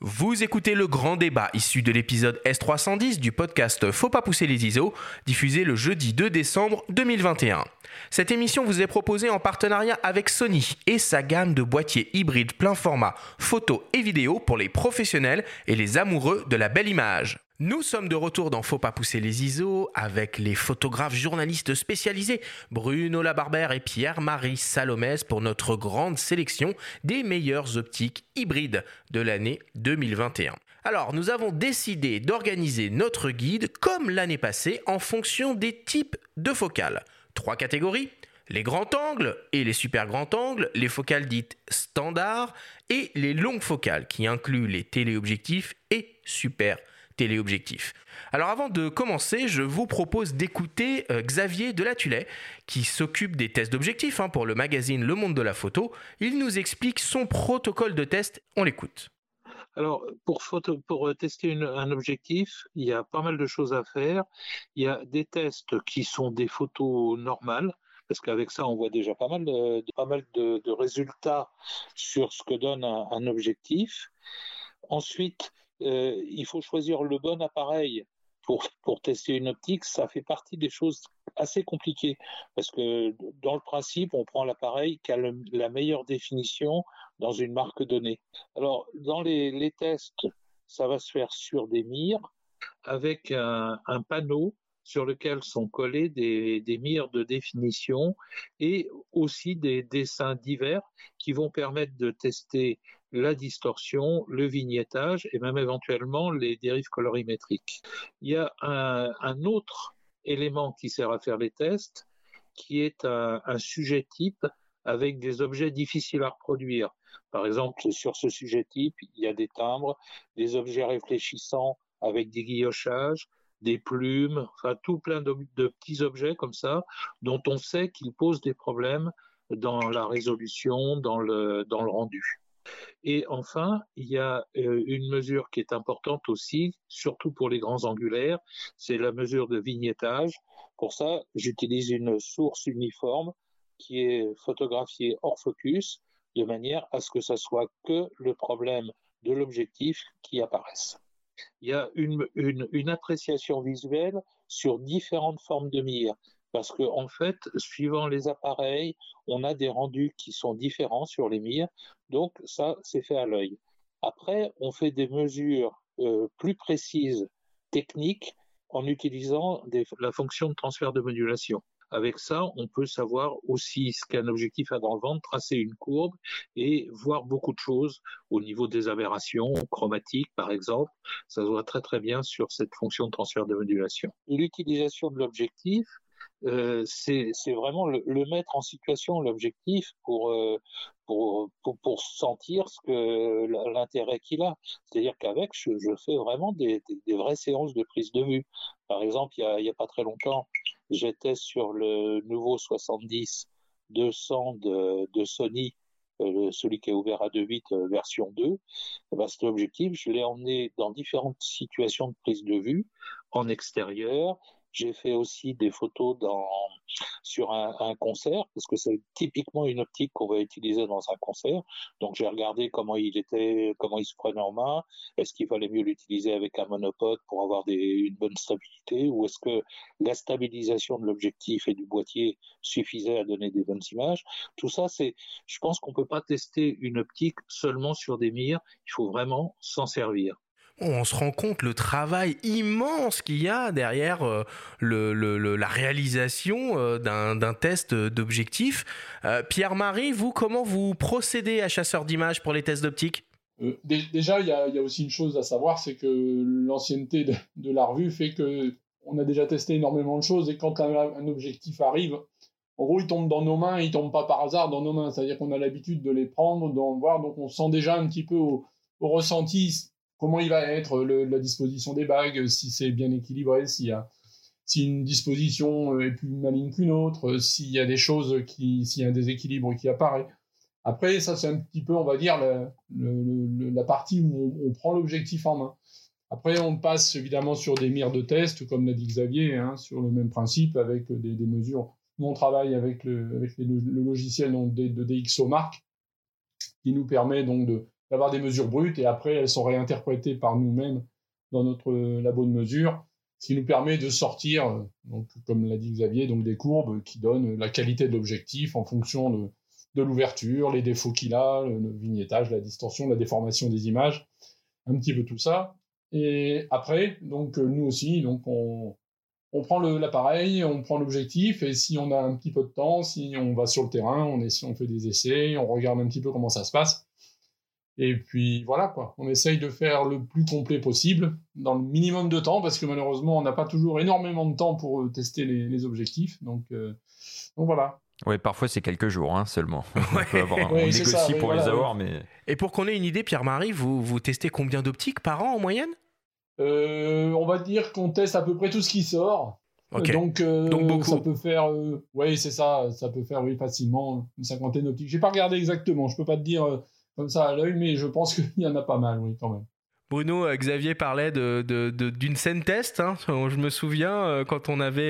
Vous écoutez le grand débat issu de l'épisode S310 du podcast Faut pas pousser les ISO, diffusé le jeudi 2 décembre 2021. Cette émission vous est proposée en partenariat avec Sony et sa gamme de boîtiers hybrides plein format, photo et vidéo pour les professionnels et les amoureux de la belle image. Nous sommes de retour dans Faut pas pousser les ISO avec les photographes journalistes spécialisés Bruno Labarbère et Pierre-Marie Salomès pour notre grande sélection des meilleures optiques hybrides de l'année 2021. Alors, nous avons décidé d'organiser notre guide comme l'année passée en fonction des types de focales. 3 catégories, les grands angles et les super grands angles, les focales dites standards et les longues focales qui incluent les téléobjectifs et super téléobjectifs. Alors avant de commencer, je vous propose d'écouter Xavier Delatullet qui s'occupe des tests d'objectifs pour le magazine Le Monde de la Photo. Il nous explique son protocole de test, on l'écoute. Alors, pour tester un objectif, il y a pas mal de choses à faire. Il y a des tests qui sont des photos normales, parce qu'avec ça, on voit déjà pas mal de résultats sur ce que donne un objectif. Ensuite, il faut choisir le bon appareil pour tester une optique. Ça fait partie des choses assez compliquées, parce que dans le principe, on prend l'appareil qui a la meilleure définition dans une marque donnée. Alors, dans les tests, ça va se faire sur des mires avec un panneau sur lequel sont collés des mires de définition et aussi des dessins divers qui vont permettre de tester la distorsion, le vignettage et même éventuellement les dérives colorimétriques. Il y a un autre élément qui sert à faire les tests, qui est un sujet type avec des objets difficiles à reproduire. Par exemple, sur ce sujet type, il y a des timbres, des objets réfléchissants avec des guillochages, des plumes, enfin tout plein de petits objets comme ça, dont on sait qu'ils posent des problèmes dans la résolution, dans le rendu. Et enfin, il y a une mesure qui est importante aussi, surtout pour les grands angulaires, c'est la mesure de vignettage. Pour ça, j'utilise une source uniforme qui est photographiée hors focus, de manière à ce que ce soit que le problème de l'objectif qui apparaisse. Il y a une appréciation visuelle sur différentes formes de mire. Parce que, en fait, suivant les appareils, on a des rendus qui sont différents sur les mires. Donc, ça, c'est fait à l'œil. Après, on fait des mesures plus précises, techniques, en utilisant la fonction de transfert de modulation. Avec ça, on peut savoir aussi ce qu'un objectif a dans le ventre, tracer une courbe et voir beaucoup de choses au niveau des aberrations chromatiques, par exemple. Ça se voit très très bien sur cette fonction de transfert de modulation. L'utilisation de l'objectif, c'est vraiment le mettre en situation, l'objectif, pour sentir l'intérêt qu'il a. C'est-à-dire qu'avec, je fais vraiment des vraies séances de prise de vue. Par exemple, il y a pas très longtemps, j'étais sur le nouveau 70-200 de Sony, celui qui est ouvert à 2.8 version 2. Cet objectif, je l'ai emmené dans différentes situations de prise de vue, en extérieur. J'ai fait aussi des photos sur un concert, parce que c'est typiquement une optique qu'on va utiliser dans un concert. Donc j'ai regardé comment il se prenait en main. Est-ce qu'il fallait mieux l'utiliser avec un monopode pour avoir une bonne stabilité, ou est-ce que la stabilisation de l'objectif et du boîtier suffisait à donner des bonnes images? Tout ça, je pense qu'on peut pas tester une optique seulement sur des mires. Il faut vraiment s'en servir. On se rend compte le travail immense qu'il y a derrière la réalisation d'un test d'objectif. Pierre-Marie, vous, comment vous procédez à chasseur d'images pour les tests d'optique ? Déjà, il y a aussi une chose à savoir, c'est que l'ancienneté de la revue fait qu'on a déjà testé énormément de choses, et quand un objectif arrive, en gros, il tombe dans nos mains, il tombe pas par hasard dans nos mains. C'est-à-dire qu'on a l'habitude de les prendre, d'en voir, donc on sent déjà un petit peu au ressenti comment il va être, la disposition des bagues, si c'est bien équilibré, si une disposition est plus maligne qu'une autre, s'il y a des choses s'il y a un déséquilibre qui apparaît. Après, ça, c'est un petit peu, on va dire, la partie où on prend l'objectif en main. Après, on passe évidemment sur des mires de test, comme l'a dit Xavier, sur le même principe, avec des mesures. Nous, on travaille avec le logiciel donc, de DxOMark, qui nous permet donc d'avoir des mesures brutes, et après, elles sont réinterprétées par nous-mêmes dans notre labo de mesure, ce qui nous permet de sortir, donc, comme l'a dit Xavier, donc des courbes qui donnent la qualité de l'objectif en fonction de l'ouverture, les défauts qu'il a, le vignettage, la distorsion, la déformation des images, un petit peu tout ça. Et après, donc nous aussi, donc on prend l'appareil, on prend l'objectif, et si on a un petit peu de temps, si on va sur le terrain, on fait des essais, on regarde un petit peu comment ça se passe. Et puis voilà, quoi. On essaye de faire le plus complet possible, dans le minimum de temps, parce que malheureusement, on n'a pas toujours énormément de temps pour tester les objectifs. Donc voilà. Oui, parfois c'est quelques jours seulement. Ouais. On négocie ça, pour voilà, les avoir, mais... Et pour qu'on ait une idée, Pierre-Marie, vous testez combien d'optiques par an en moyenne ? On va dire qu'on teste à peu près tout ce qui sort. Okay. Donc beaucoup. ça peut faire, oui, c'est ça, ça peut faire facilement une cinquantaine d'optiques. J'ai pas regardé exactement, je peux pas te dire comme ça à l'œil, mais je pense qu'il y en a pas mal, oui, quand même. Bruno, Xavier parlait d'une scène test. Je me souviens quand on avait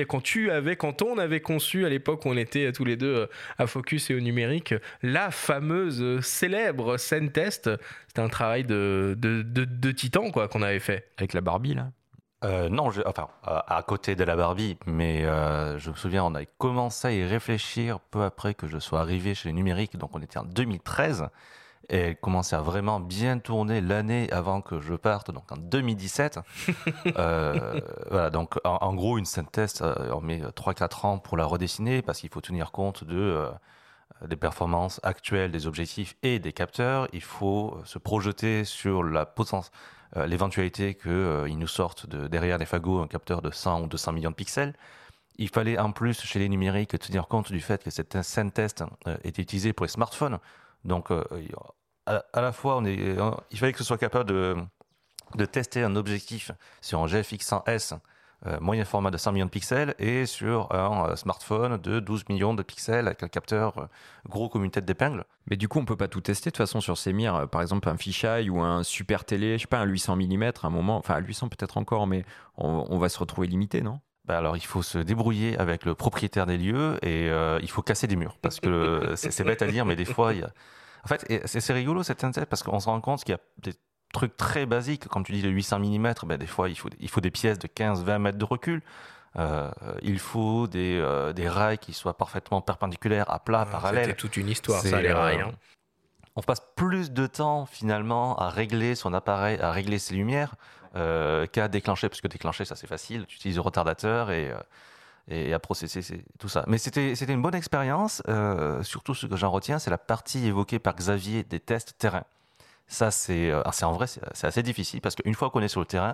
conçu à l'époque où on était tous les deux à Focus et au numérique, la fameuse célèbre scène test. C'était un travail de titan quoi qu'on avait fait. Avec la Barbie là. Non, à côté de la Barbie, mais je me souviens, on a commencé à y réfléchir peu après que je sois arrivé chez le numérique, donc on était en 2013. Et elle commençait à vraiment bien tourner l'année avant que je parte, donc en 2017. Voilà, donc en gros, une scène test, on met 3-4 ans pour la redessiner parce qu'il faut tenir compte des performances actuelles des objectifs et des capteurs. Il faut se projeter sur l'éventualité qu'ils nous sortent derrière les fagots un capteur de 100 ou 200 millions de pixels. Il fallait en plus, chez les numériques, tenir compte du fait que cette scène test était utilisée pour les smartphones. Donc, à la fois, il fallait que ce soit capable de tester un objectif sur un GFX 100S, moyen format de 100 millions de pixels, et sur un smartphone de 12 millions de pixels avec un capteur gros comme une tête d'épingle. Mais du coup, on peut pas tout tester de toute façon sur ces mires. Par exemple, un fisheye ou un super télé, je sais pas, un 800 mm à un moment, enfin, 800 peut-être encore, mais on va se retrouver limité, non ? Alors, il faut se débrouiller avec le propriétaire des lieux et il faut casser des murs. Parce que c'est bête à dire, mais des fois, il y a... En fait, c'est rigolo cette scène parce qu'on se rend compte qu'il y a des trucs très basiques. Comme tu dis, le 800 mm, des fois, il faut des pièces de 15-20 mètres de recul. Il faut des rails qui soient parfaitement perpendiculaires, à plat, parallèles. C'était toute une histoire, ça, les rails. On passe plus de temps, finalement, à régler son appareil, à régler ses lumières, qu'à déclencher. Parce que déclencher, ça, c'est facile. Tu utilises le retardateur et à processer tout ça. Mais c'était une bonne expérience. Surtout, ce que j'en retiens, c'est la partie évoquée par Xavier des tests terrain. Ça, c'est en vrai, c'est assez difficile parce qu'une fois qu'on est sur le terrain,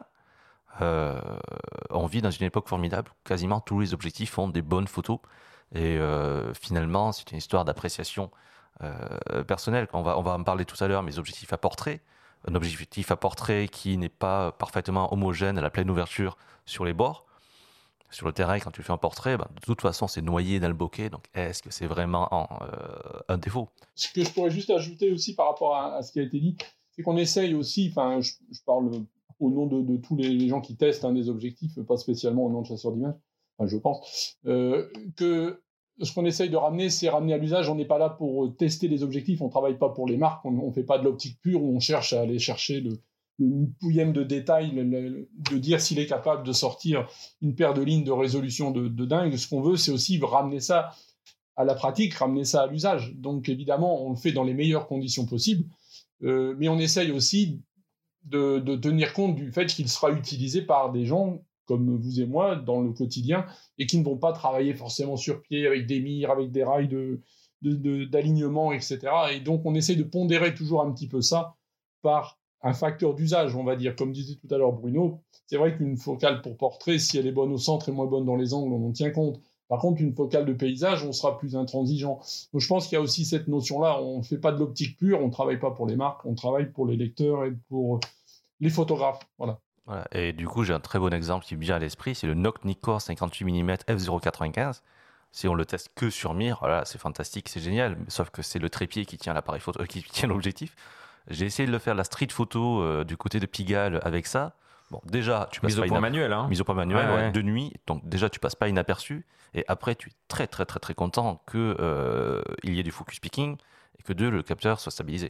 on vit dans une époque formidable où quasiment tous les objectifs font des bonnes photos. Et finalement, c'est une histoire d'appréciation personnelle. On va en parler tout à l'heure, mais objectifs à portrait. Un objectif à portrait qui n'est pas parfaitement homogène à la pleine ouverture sur les bords. Sur le terrain, quand tu fais un portrait, de toute façon, c'est noyé dans le bokeh. Donc, est-ce que c'est vraiment un défaut ? Ce que je pourrais juste ajouter aussi par rapport à ce qui a été dit, c'est qu'on essaye aussi, enfin, je parle au nom de tous les gens qui testent des objectifs, pas spécialement au nom de chasseurs d'images, enfin, je pense, que ce qu'on essaye de ramener, c'est ramener à l'usage. On n'est pas là pour tester les objectifs, on ne travaille pas pour les marques, on ne fait pas de l'optique pure où on cherche à aller chercher le pouillème de détail, de dire s'il est capable de sortir une paire de lignes de résolution de dingue. Ce qu'on veut, c'est aussi ramener ça à la pratique, ramener ça à l'usage. Donc évidemment, on le fait dans les meilleures conditions possibles, mais on essaye aussi de tenir compte du fait qu'il sera utilisé par des gens comme vous et moi dans le quotidien et qui ne vont pas travailler forcément sur pied avec des mires, avec des rails d'alignement, etc. Et donc on essaye de pondérer toujours un petit peu ça par un facteur d'usage, on va dire. Comme disait tout à l'heure Bruno, c'est vrai qu'une focale pour portrait, si elle est bonne au centre et moins bonne dans les angles, on en tient compte. Par contre, une focale de paysage, on sera plus intransigeant. Donc je pense qu'il y a aussi cette notion-là, on ne fait pas de l'optique pure, on ne travaille pas pour les marques, on travaille pour les lecteurs et pour les photographes. Voilà. Et du coup, j'ai un très bon exemple qui me vient à l'esprit, c'est le Nock Nikkor 58 mm f/0.95. Si on le teste que sur mire, voilà, c'est fantastique, c'est génial, sauf que c'est le trépied qui tient l'appareil photo, qui tient l'objectif. J'ai essayé de le faire la street photo du côté de Pigalle avec ça. Bon, déjà, tu passes mise au point manuel, mise au point manuel, ouais. de nuit. Donc déjà, tu passes pas inaperçu. Et après, tu es très très très très content que il y ait du focus picking et que le capteur soit stabilisé.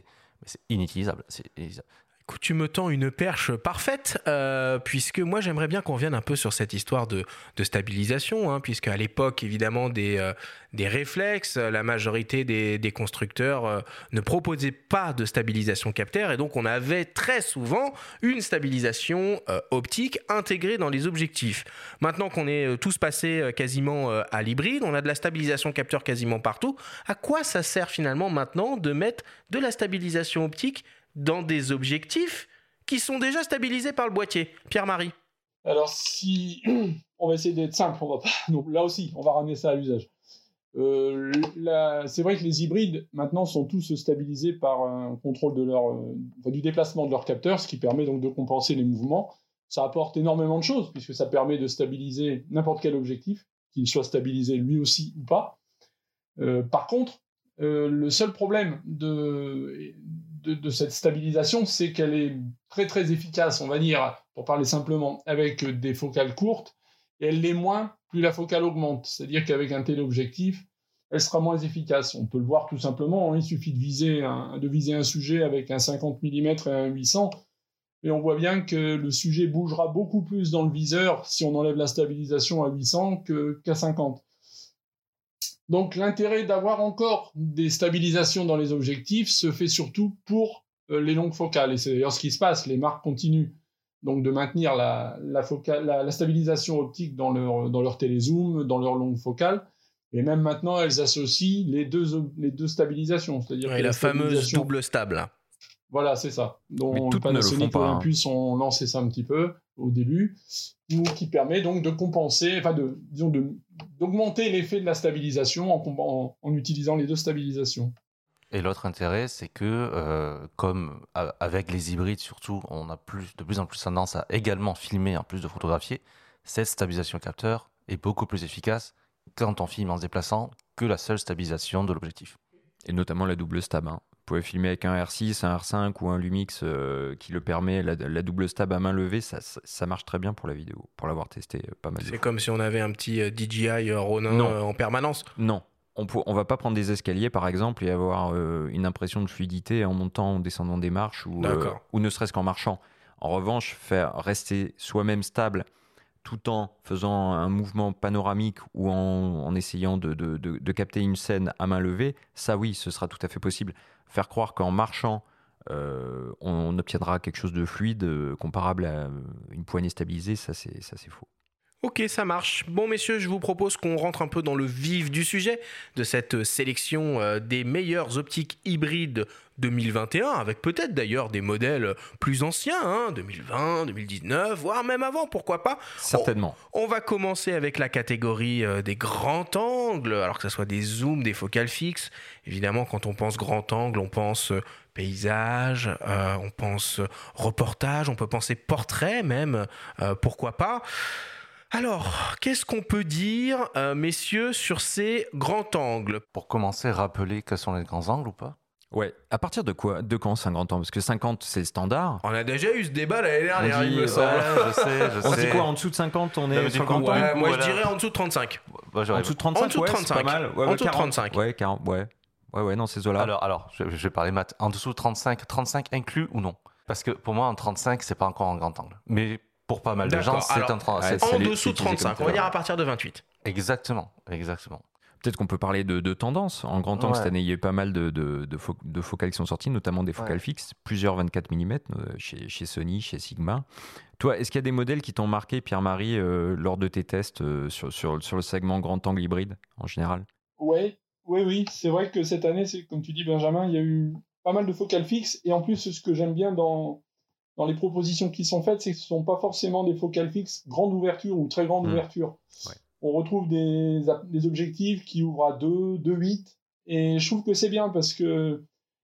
c'est inutilisable. Écoute, tu me tends une perche parfaite, puisque moi j'aimerais bien qu'on revienne un peu sur cette histoire de stabilisation, hein, puisque à l'époque évidemment des réflexes, la majorité des constructeurs ne proposaient pas de stabilisation capteur, et donc on avait très souvent une stabilisation optique intégrée dans les objectifs. Maintenant qu'on est tous passés quasiment à l'hybride, on a de la stabilisation capteur quasiment partout. À quoi ça sert finalement maintenant de mettre de la stabilisation optique dans des objectifs qui sont déjà stabilisés par le boîtier? Pierre-Marie? Alors, si on va essayer d'être simple, on va pas. Donc là aussi, on va ramener ça à l'usage. C'est vrai que les hybrides maintenant sont tous stabilisés par un contrôle de du déplacement de leur capteur, ce qui permet donc de compenser les mouvements. Ça apporte énormément de choses puisque ça permet de stabiliser n'importe quel objectif, qu'il soit stabilisé lui aussi ou pas. Par contre, le seul problème de cette stabilisation, c'est qu'elle est très très efficace, on va dire, pour parler simplement, avec des focales courtes, et elle l'est moins plus la focale augmente. C'est-à-dire qu'avec un téléobjectif, elle sera moins efficace. On peut le voir tout simplement, hein, il suffit de viser un sujet avec un 50 mm et un 800, et on voit bien que le sujet bougera beaucoup plus dans le viseur si on enlève la stabilisation à 800 qu'à 50. Donc l'intérêt d'avoir encore des stabilisations dans les objectifs se fait surtout pour les longues focales. Et c'est d'ailleurs ce qui se passe. Les marques continuent donc de maintenir la stabilisation optique dans leur télézoom, dans leur longue focale. Et même maintenant, elles associent les deux stabilisations. C'est-à-dire la fameuse double stable. Voilà, c'est ça. Donc Panasonic et Olympus ont lancé ça un petit peu au début, qui permet donc de compenser, d'augmenter l'effet de la stabilisation en utilisant les deux stabilisations. Et l'autre intérêt, c'est que, comme avec les hybrides surtout, on a de plus en plus tendance à également filmer en plus de photographier, cette stabilisation capteur est beaucoup plus efficace quand on filme en se déplaçant que la seule stabilisation de l'objectif. Et notamment la double stab. Hein. Vous pouvez filmer avec un R6, un R5 ou un Lumix qui le permet, la double stab à main levée, ça marche très bien pour la vidéo, pour l'avoir testé pas mal de fois. C'est comme si on avait un petit DJI Ronin en permanence? Non, on va pas prendre des escaliers par exemple et avoir une impression de fluidité en montant ou descendant des marches ou ne serait-ce qu'en marchant. En revanche, faire rester soi-même stable tout en faisant un mouvement panoramique ou en essayant de capter une scène à main levée, ça oui, ce sera tout à fait possible. Faire croire qu'en marchant, on obtiendra quelque chose de fluide comparable à une poignée stabilisée, ça c'est faux. Ok, ça marche. Bon, messieurs, je vous propose qu'on rentre un peu dans le vif du sujet de cette sélection des meilleures optiques hybrides 2021, avec peut-être d'ailleurs des modèles plus anciens, 2020, 2019, voire même avant, pourquoi pas. Certainement. On va commencer avec la catégorie des grands angles, alors que ce soit des zooms, des focales fixes. Évidemment, quand on pense grand angle, on pense paysage, on pense reportage, on peut penser portrait même, pourquoi pas. Alors, qu'est-ce qu'on peut dire, messieurs, sur ces grands angles? Pour commencer, rappeler quels sont les grands angles ou pas? Ouais, à partir de quoi? De quand c'est un grand angle? Parce que 50, c'est le standard. On a déjà eu ce débat l'année dernière, il me semble. Je sais. On dit quoi, en dessous de 50, on est sur le grand angle? Moi, je dirais en dessous de 35. En dessous de 35, c'est pas mal. En dessous de 35. Ouais, 40, ouais, non, c'est zo là. Alors, je vais parler maths. En dessous de 35 inclus ou non? Parce que pour moi, en 35, c'est pas encore un grand angle. Mais pour pas mal de gens, c'est un 35. En dessous de 35, on va dire à partir de 28. Exactement. Peut-être qu'on peut parler de tendance. En grand angle, cette année, il y a eu pas mal de focales qui sont sorties, notamment des focales fixes, plusieurs 24 mm chez Sony, chez Sigma. Toi, est-ce qu'il y a des modèles qui t'ont marqué, Pierre-Marie, lors de tes tests sur le segment grand angle hybride en général? Oui. C'est vrai que cette année, c'est comme tu dis, Benjamin, il y a eu pas mal de focales fixes. Et en plus, ce que j'aime bien dans les propositions qui sont faites, c'est que ce ne sont pas forcément des focales fixes grande ouverture ou très grande ouverture. Ouais. On retrouve des objectifs qui ouvrent à 2, 2,8. Et je trouve que c'est bien parce que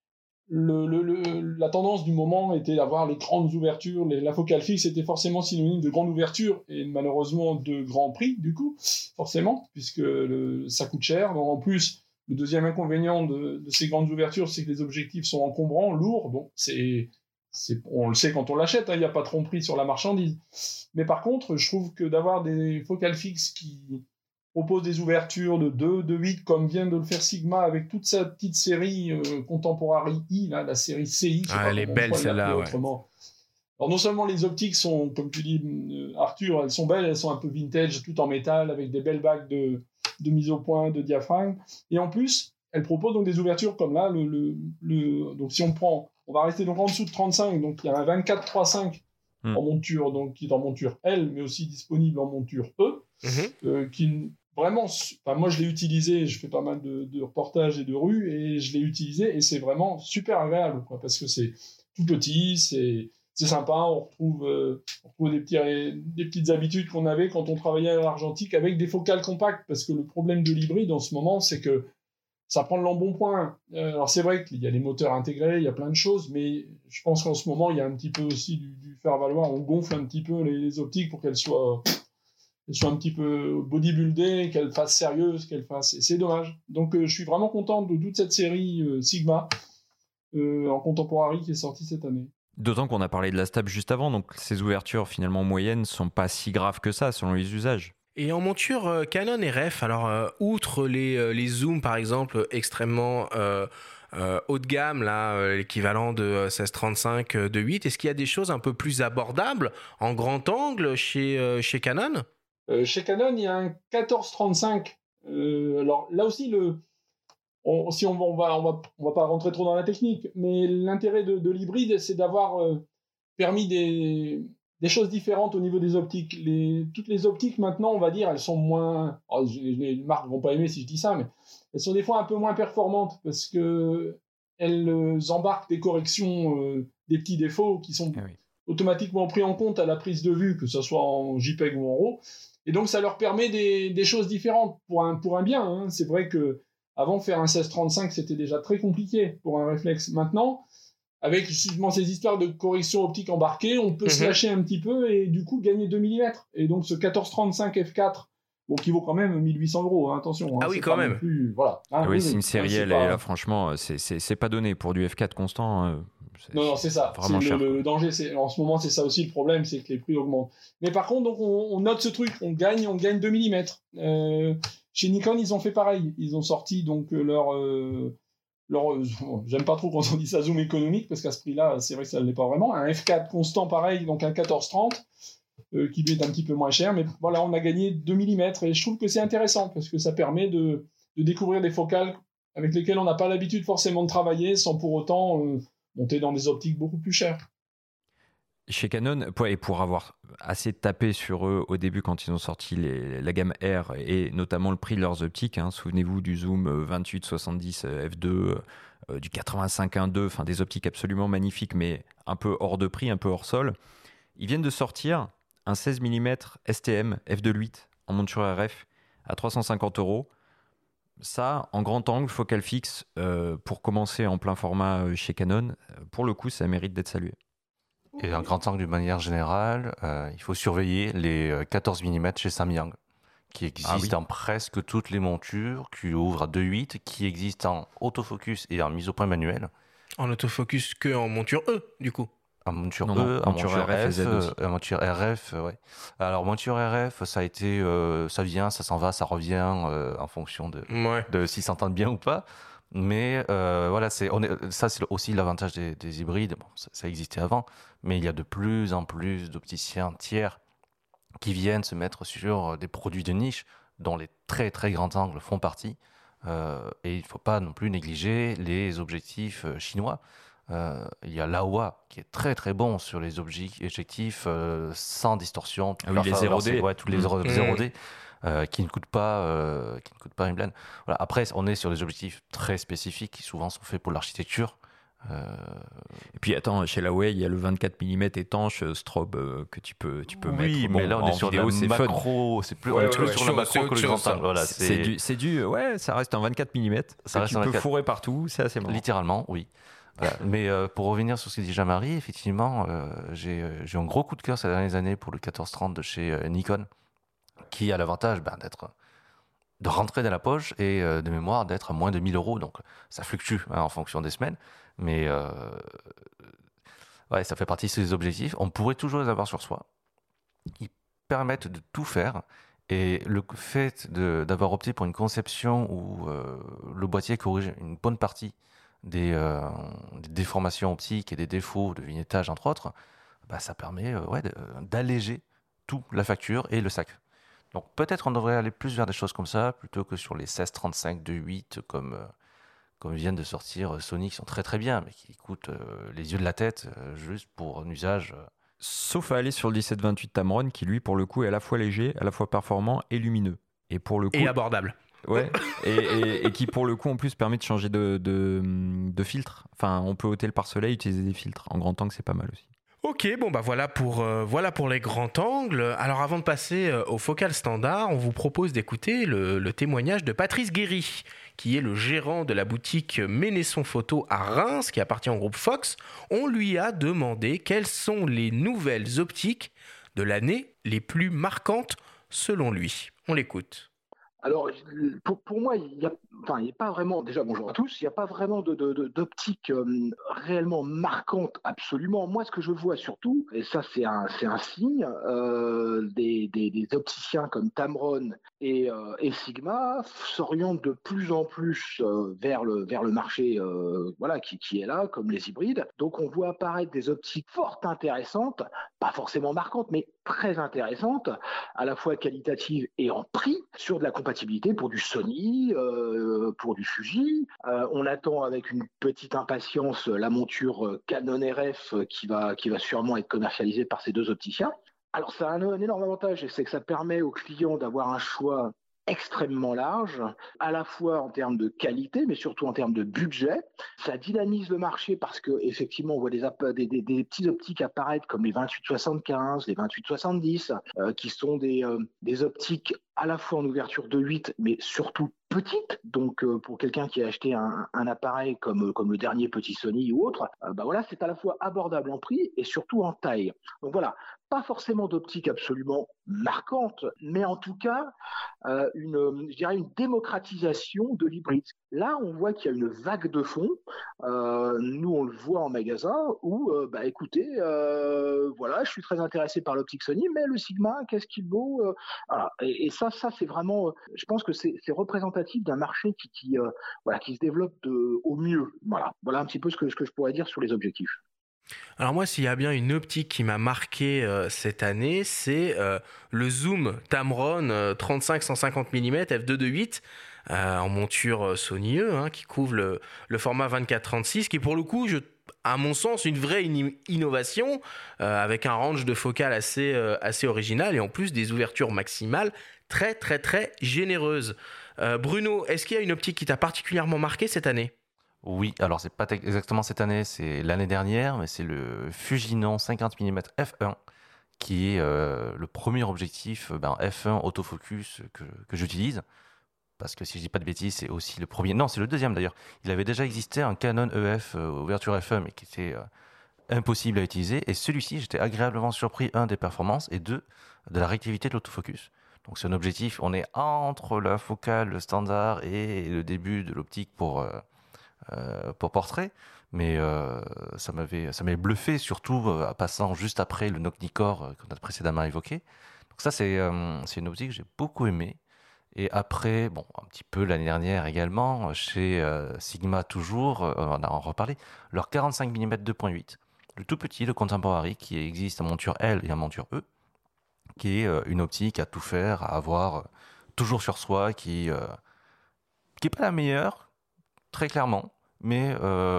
la tendance du moment était d'avoir les grandes ouvertures. La focale fixe était forcément synonyme de grande ouverture et malheureusement de grand prix, du coup, forcément, puisque ça coûte cher. Donc, en plus, le deuxième inconvénient de ces grandes ouvertures, c'est que les objectifs sont encombrants, lourds. Donc, on le sait quand on l'achète, il n'y a pas de tromperie sur la marchandise. Mais par contre, je trouve que d'avoir des focales fixes qui propose des ouvertures de 2, de 8, comme vient de le faire Sigma avec toute sa petite série Contemporary I, là, la série CI. Elle est belle celle-là, ouais. Alors non seulement les optiques sont, comme tu dis Arthur, elles sont belles, elles sont un peu vintage, tout en métal, avec des belles bagues de mise au point, de diaphragme, et en plus, elles proposent donc des ouvertures comme là, donc si on va rester donc en dessous de 35, donc il y a un 24-3.5 en monture, donc qui est en monture L, mais aussi disponible en monture E, qui vraiment, moi je l'ai utilisé, je fais pas mal de reportages et de rues, et je l'ai utilisé, et c'est vraiment super agréable, quoi, parce que c'est tout petit, c'est sympa, on retrouve des petites habitudes qu'on avait quand on travaillait à l'argentique avec des focales compactes, parce que le problème de l'hybride en ce moment, c'est que ça prend de l'embonpoint. Alors c'est vrai qu'il y a les moteurs intégrés, il y a plein de choses, mais je pense qu'en ce moment, il y a un petit peu aussi du faire-valoir. On gonfle un petit peu les optiques pour qu'elles soient un petit peu bodybuildées, qu'elles fassent sérieuses, et c'est dommage. Donc je suis vraiment content de toute cette série Sigma en Contemporary qui est sortie cette année. D'autant qu'on a parlé de la Stab juste avant, donc ces ouvertures finalement moyennes sont pas si graves que ça selon les usages. Et en monture Canon et RF, alors outre les zooms par exemple extrêmement haut de gamme, là, l'équivalent de 16-35 de 8, est-ce qu'il y a des choses un peu plus abordables en grand angle chez Canon ? Chez Canon, il y a un 14-35. Alors là aussi, si on va pas rentrer trop dans la technique, mais l'intérêt de l'hybride, c'est d'avoir permis des choses différentes au niveau des optiques. Toutes les optiques, maintenant, on va dire, elles sont moins... Oh, les marques ne vont pas aimer si je dis ça, mais elles sont des fois un peu moins performantes parce qu'elles embarquent des corrections, des petits défauts qui sont automatiquement pris en compte à la prise de vue, que ce soit en JPEG ou en RAW. Et donc, ça leur permet des choses différentes pour un bien. Hein. C'est vrai qu'avant, faire un 16-35, c'était déjà très compliqué pour un réflexe. Maintenant, avec justement ces histoires de correction optique embarquée, on peut se lâcher un petit peu et du coup gagner 2 mm. Et donc ce 14-35 f4, qui vaut quand même 1 800 €, hein, attention. Ah oui, quand même. Plus, voilà. C'est une série L, et là franchement, c'est pas donné pour du f4 constant. Non, c'est ça. Vraiment cher. Le danger, en ce moment, c'est ça aussi le problème, c'est que les prix augmentent. Mais par contre, donc, on note ce truc, on gagne 2 mm. Chez Nikon, ils ont fait pareil. Ils ont sorti donc j'aime pas trop quand on dit ça zoom économique, parce qu'à ce prix-là, c'est vrai que ça ne l'est pas vraiment. Un f4 constant pareil, donc un 14-30, qui lui est un petit peu moins cher, mais voilà, on a gagné 2 mm, et je trouve que c'est intéressant, parce que ça permet de découvrir des focales avec lesquelles on n'a pas l'habitude forcément de travailler, sans pour autant monter dans des optiques beaucoup plus chères. Chez Canon, et pour avoir assez tapé sur eux au début quand ils ont sorti la gamme R et notamment le prix de leurs optiques, hein, souvenez-vous du zoom 28-70 f2, du 85-1.2, enfin des optiques absolument magnifiques mais un peu hors de prix, un peu hors sol. Ils viennent de sortir un 16 mm STM f2.8 en monture RF à 350 €. Ça, en grand angle, focale fixe, pour commencer en plein format chez Canon, pour le coup, ça mérite d'être salué. Et en grand angle, d'une manière générale, il faut surveiller les 14 mm chez Samyang, qui existent dans presque toutes les montures, qui ouvrent à 2.8, qui existent en autofocus et en mise au point manuelle. En autofocus que en monture E, du coup. En monture E, en monture RF, en monture RF, ouais. Alors, monture RF, ça a été, ça vient, ça s'en va, ça revient en fonction de s'ils s'entendent bien ou pas. Mais voilà, ça c'est aussi l'avantage des hybrides. Bon, ça existait avant, mais il y a de plus en plus d'opticiens tiers qui viennent se mettre sur des produits de niche dont les très très grands angles font partie. Et il ne faut pas non plus négliger les objectifs chinois. Il y a Laowa qui est très très bon sur les objectifs sans distorsion. Les 0D. Ouais, tous les 0D. Qui ne coûtent pas une blinde. Voilà. Après, on est sur des objectifs très spécifiques qui souvent sont faits pour l'architecture. Et puis attends, chez Laowa, il y a le 24 mm étanche strobe que tu peux mettre. Oui, mais là on est sur vidéo, la macro, c'est plus sur la macro que le grand angle. Voilà, ça reste en 24 mm. Ça reste tu peux fourrer partout, c'est assez marrant. Littéralement, oui. Voilà. Mais pour revenir sur ce que dit Jean-Marie, effectivement, j'ai eu un gros coup de cœur ces dernières années pour le 14-30 de chez Nikon, qui a l'avantage de rentrer dans la poche et de mémoire d'être à moins de 1 000 €. Donc ça fluctue en fonction des semaines. Mais ça fait partie de ces objectifs. On pourrait toujours les avoir sur soi. Ils permettent de tout faire. Et le fait d'avoir opté pour une conception où le boîtier corrige une bonne partie des déformations optiques et des défauts de vignettage, entre autres, ça permet d'alléger tout, la facture et le sac. Donc peut-être on devrait aller plus vers des choses comme ça, plutôt que sur les 16-35 2.8 comme viennent de sortir Sony, qui sont très très bien, mais qui coûtent les yeux de la tête juste pour un usage... Sauf à aller sur le 17-28 Tamron, qui lui, pour le coup, est à la fois léger, à la fois performant et lumineux. Et pour le coup... Et abordable. Ouais, et qui pour le coup en plus permet de changer de filtre. Enfin, on peut ôter le pare-soleil, utiliser des filtres. En grand angle, c'est pas mal aussi. Ok, voilà pour les grands angles. Alors avant de passer au focal standard, on vous propose d'écouter le témoignage de Patrice Guéry, qui est le gérant de la boutique Ménesson Photo à Reims, qui appartient au groupe Fox. On lui a demandé quelles sont les nouvelles optiques de l'année les plus marquantes selon lui. On l'écoute. Alors, pour moi, il n'y a pas vraiment, déjà bonjour à tous, il n'y a pas vraiment d'optique réellement marquante, absolument. Moi, ce que je vois surtout, et ça c'est un signe, des opticiens comme Tamron et Sigma s'orientent de plus en plus vers le marché qui est là, comme les hybrides. Donc on voit apparaître des optiques fort intéressantes, pas forcément marquantes, mais très intéressantes, à la fois qualitatives et en prix, sur de la compatibilité pour du Sony, pour du Fuji. On attend avec une petite impatience la monture Canon RF qui va sûrement être commercialisée par ces deux opticiens. Alors ça a un énorme avantage, c'est que ça permet aux clients d'avoir un choix extrêmement large, à la fois en termes de qualité, mais surtout en termes de budget. Ça dynamise le marché parce qu'effectivement, on voit des petits optiques apparaître comme les 28-75, les 28-70, qui sont des optiques à la fois en ouverture de 8, mais surtout petite. Donc, pour quelqu'un qui a acheté un appareil comme le dernier petit Sony ou autre, c'est à la fois abordable en prix et surtout en taille. Donc voilà, pas forcément d'optique absolument marquante, mais en tout cas, une démocratisation de l'hybride. Là, on voit qu'il y a une vague de fond. Nous, on le voit en magasin où, je suis très intéressé par l'optique Sony, mais le Sigma, qu'est-ce qu'il vaut voilà. Et ça, c'est vraiment, je pense que c'est représentatif d'un marché qui se développe au mieux. Voilà un petit peu ce que je pourrais dire sur les objectifs. Alors moi, s'il y a bien une optique qui m'a marqué cette année, c'est le zoom Tamron 35-150 mm f2.8 en monture Sony E, qui couvre le format 24-36, qui pour le coup, à mon sens, une vraie innovation avec un range de focale assez original et en plus des ouvertures maximales très très très généreuses. Bruno, est-ce qu'il y a une optique qui t'a particulièrement marqué cette année ? Oui, alors c'est pas exactement cette année, c'est l'année dernière, mais c'est le Fujinon 50 mm f1 qui est le premier objectif f1 autofocus que j'utilise. Parce que si je dis pas de bêtises, c'est aussi le premier. Non, c'est le deuxième d'ailleurs. Il avait déjà existé un Canon EF ouverture f1, mais qui était impossible à utiliser. Et celui-ci, j'étais agréablement surpris, des performances, et de la réactivité de l'autofocus. Donc c'est un objectif, on est entre la focale standard et le début de l'optique pour portrait, mais ça m'avait bluffé, surtout passant juste après le Nock-Nikkor qu'on a précédemment évoqué. Donc ça, c'est une optique que j'ai beaucoup aimée. Et après, un petit peu l'année dernière également, chez Sigma toujours, on a en reparlé, leur 45 mm 2.8, le tout petit, le Contemporary, qui existe en monture L et en monture E, qui est une optique à tout faire, à avoir toujours sur soi, qui est pas la meilleure, très clairement, mais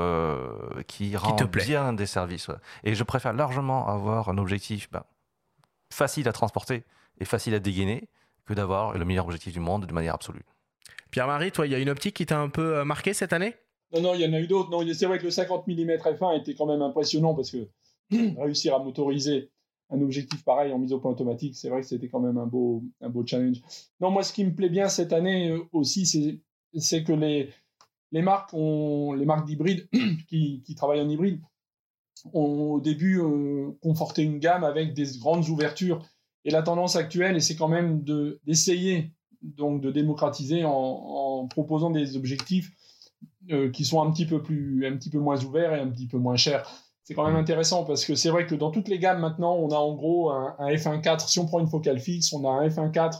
qui rend bien des services. Ouais. Et je préfère largement avoir un objectif facile à transporter et facile à dégainer que d'avoir le meilleur objectif du monde de manière absolue. Pierre-Marie, toi, il y a une optique qui t'a un peu marqué cette année ? Non, il y en a eu d'autres. Non, c'est vrai que le 50 mm f1 était quand même impressionnant parce que réussir à motoriser un objectif pareil en mise au point automatique, c'est vrai que c'était quand même un beau challenge. Non, moi, ce qui me plaît bien cette année aussi, c'est que les marques d'hybrides qui travaillent en hybride ont au début conforté une gamme avec des grandes ouvertures. Et la tendance actuelle, c'est quand même d'essayer donc de démocratiser en proposant des objectifs qui sont un petit peu moins ouverts et un petit peu moins chers. C'est quand même intéressant parce que c'est vrai que dans toutes les gammes maintenant, on a en gros un f1.4. Si on prend une focale fixe, on a un f1.4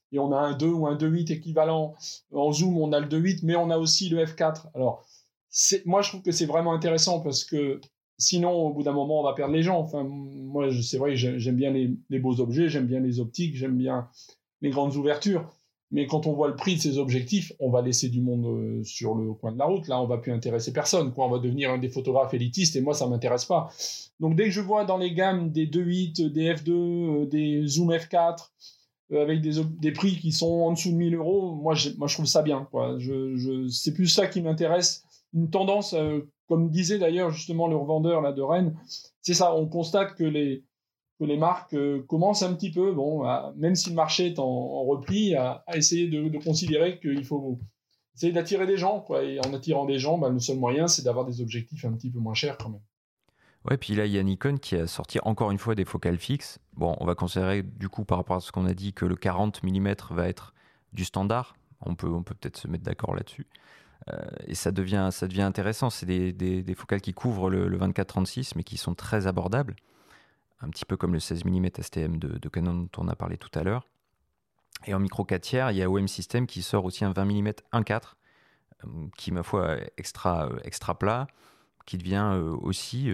et on a un 2 ou un 2.8 équivalent. En zoom, on a le 2.8, mais on a aussi le f4. Alors, moi, je trouve que c'est vraiment intéressant parce que sinon, au bout d'un moment, on va perdre les gens. Enfin, moi, c'est vrai que j'aime bien les beaux objets, j'aime bien les optiques, j'aime bien les grandes ouvertures. Mais quand on voit le prix de ces objectifs, on va laisser du monde sur le coin de la route. Là, on va plus intéresser personne, quoi. On va devenir un des photographes élitistes et moi, ça m'intéresse pas. Donc, dès que je vois dans les gammes des 2.8, des f2, des zoom f4, avec des prix qui sont en dessous de 1 000 €, moi, je trouve ça bien, quoi. C'est plus ça qui m'intéresse. Une tendance, comme disait d'ailleurs justement le revendeur là, de Rennes, c'est ça. On constate que les marques commencent un petit peu, même si le marché est en repli, à essayer de considérer qu'il faut essayer d'attirer des gens, quoi. Et en attirant des gens, le seul moyen, c'est d'avoir des objectifs un petit peu moins chers quand même. Ouais, puis là, il y a Nikon qui a sorti encore une fois des focales fixes. Bon, on va considérer du coup, par rapport à ce qu'on a dit, que le 40 mm va être du standard. On peut peut-être se mettre d'accord là-dessus. Et ça devient intéressant. C'est des focales qui couvrent le 24-36, mais qui sont très abordables. Un petit peu comme le 16 mm STM de Canon dont on a parlé tout à l'heure. Et en micro 4 tiers, il y a OM System qui sort aussi un 20 mm 1.4, qui, ma foi, est extra plat, qui devient aussi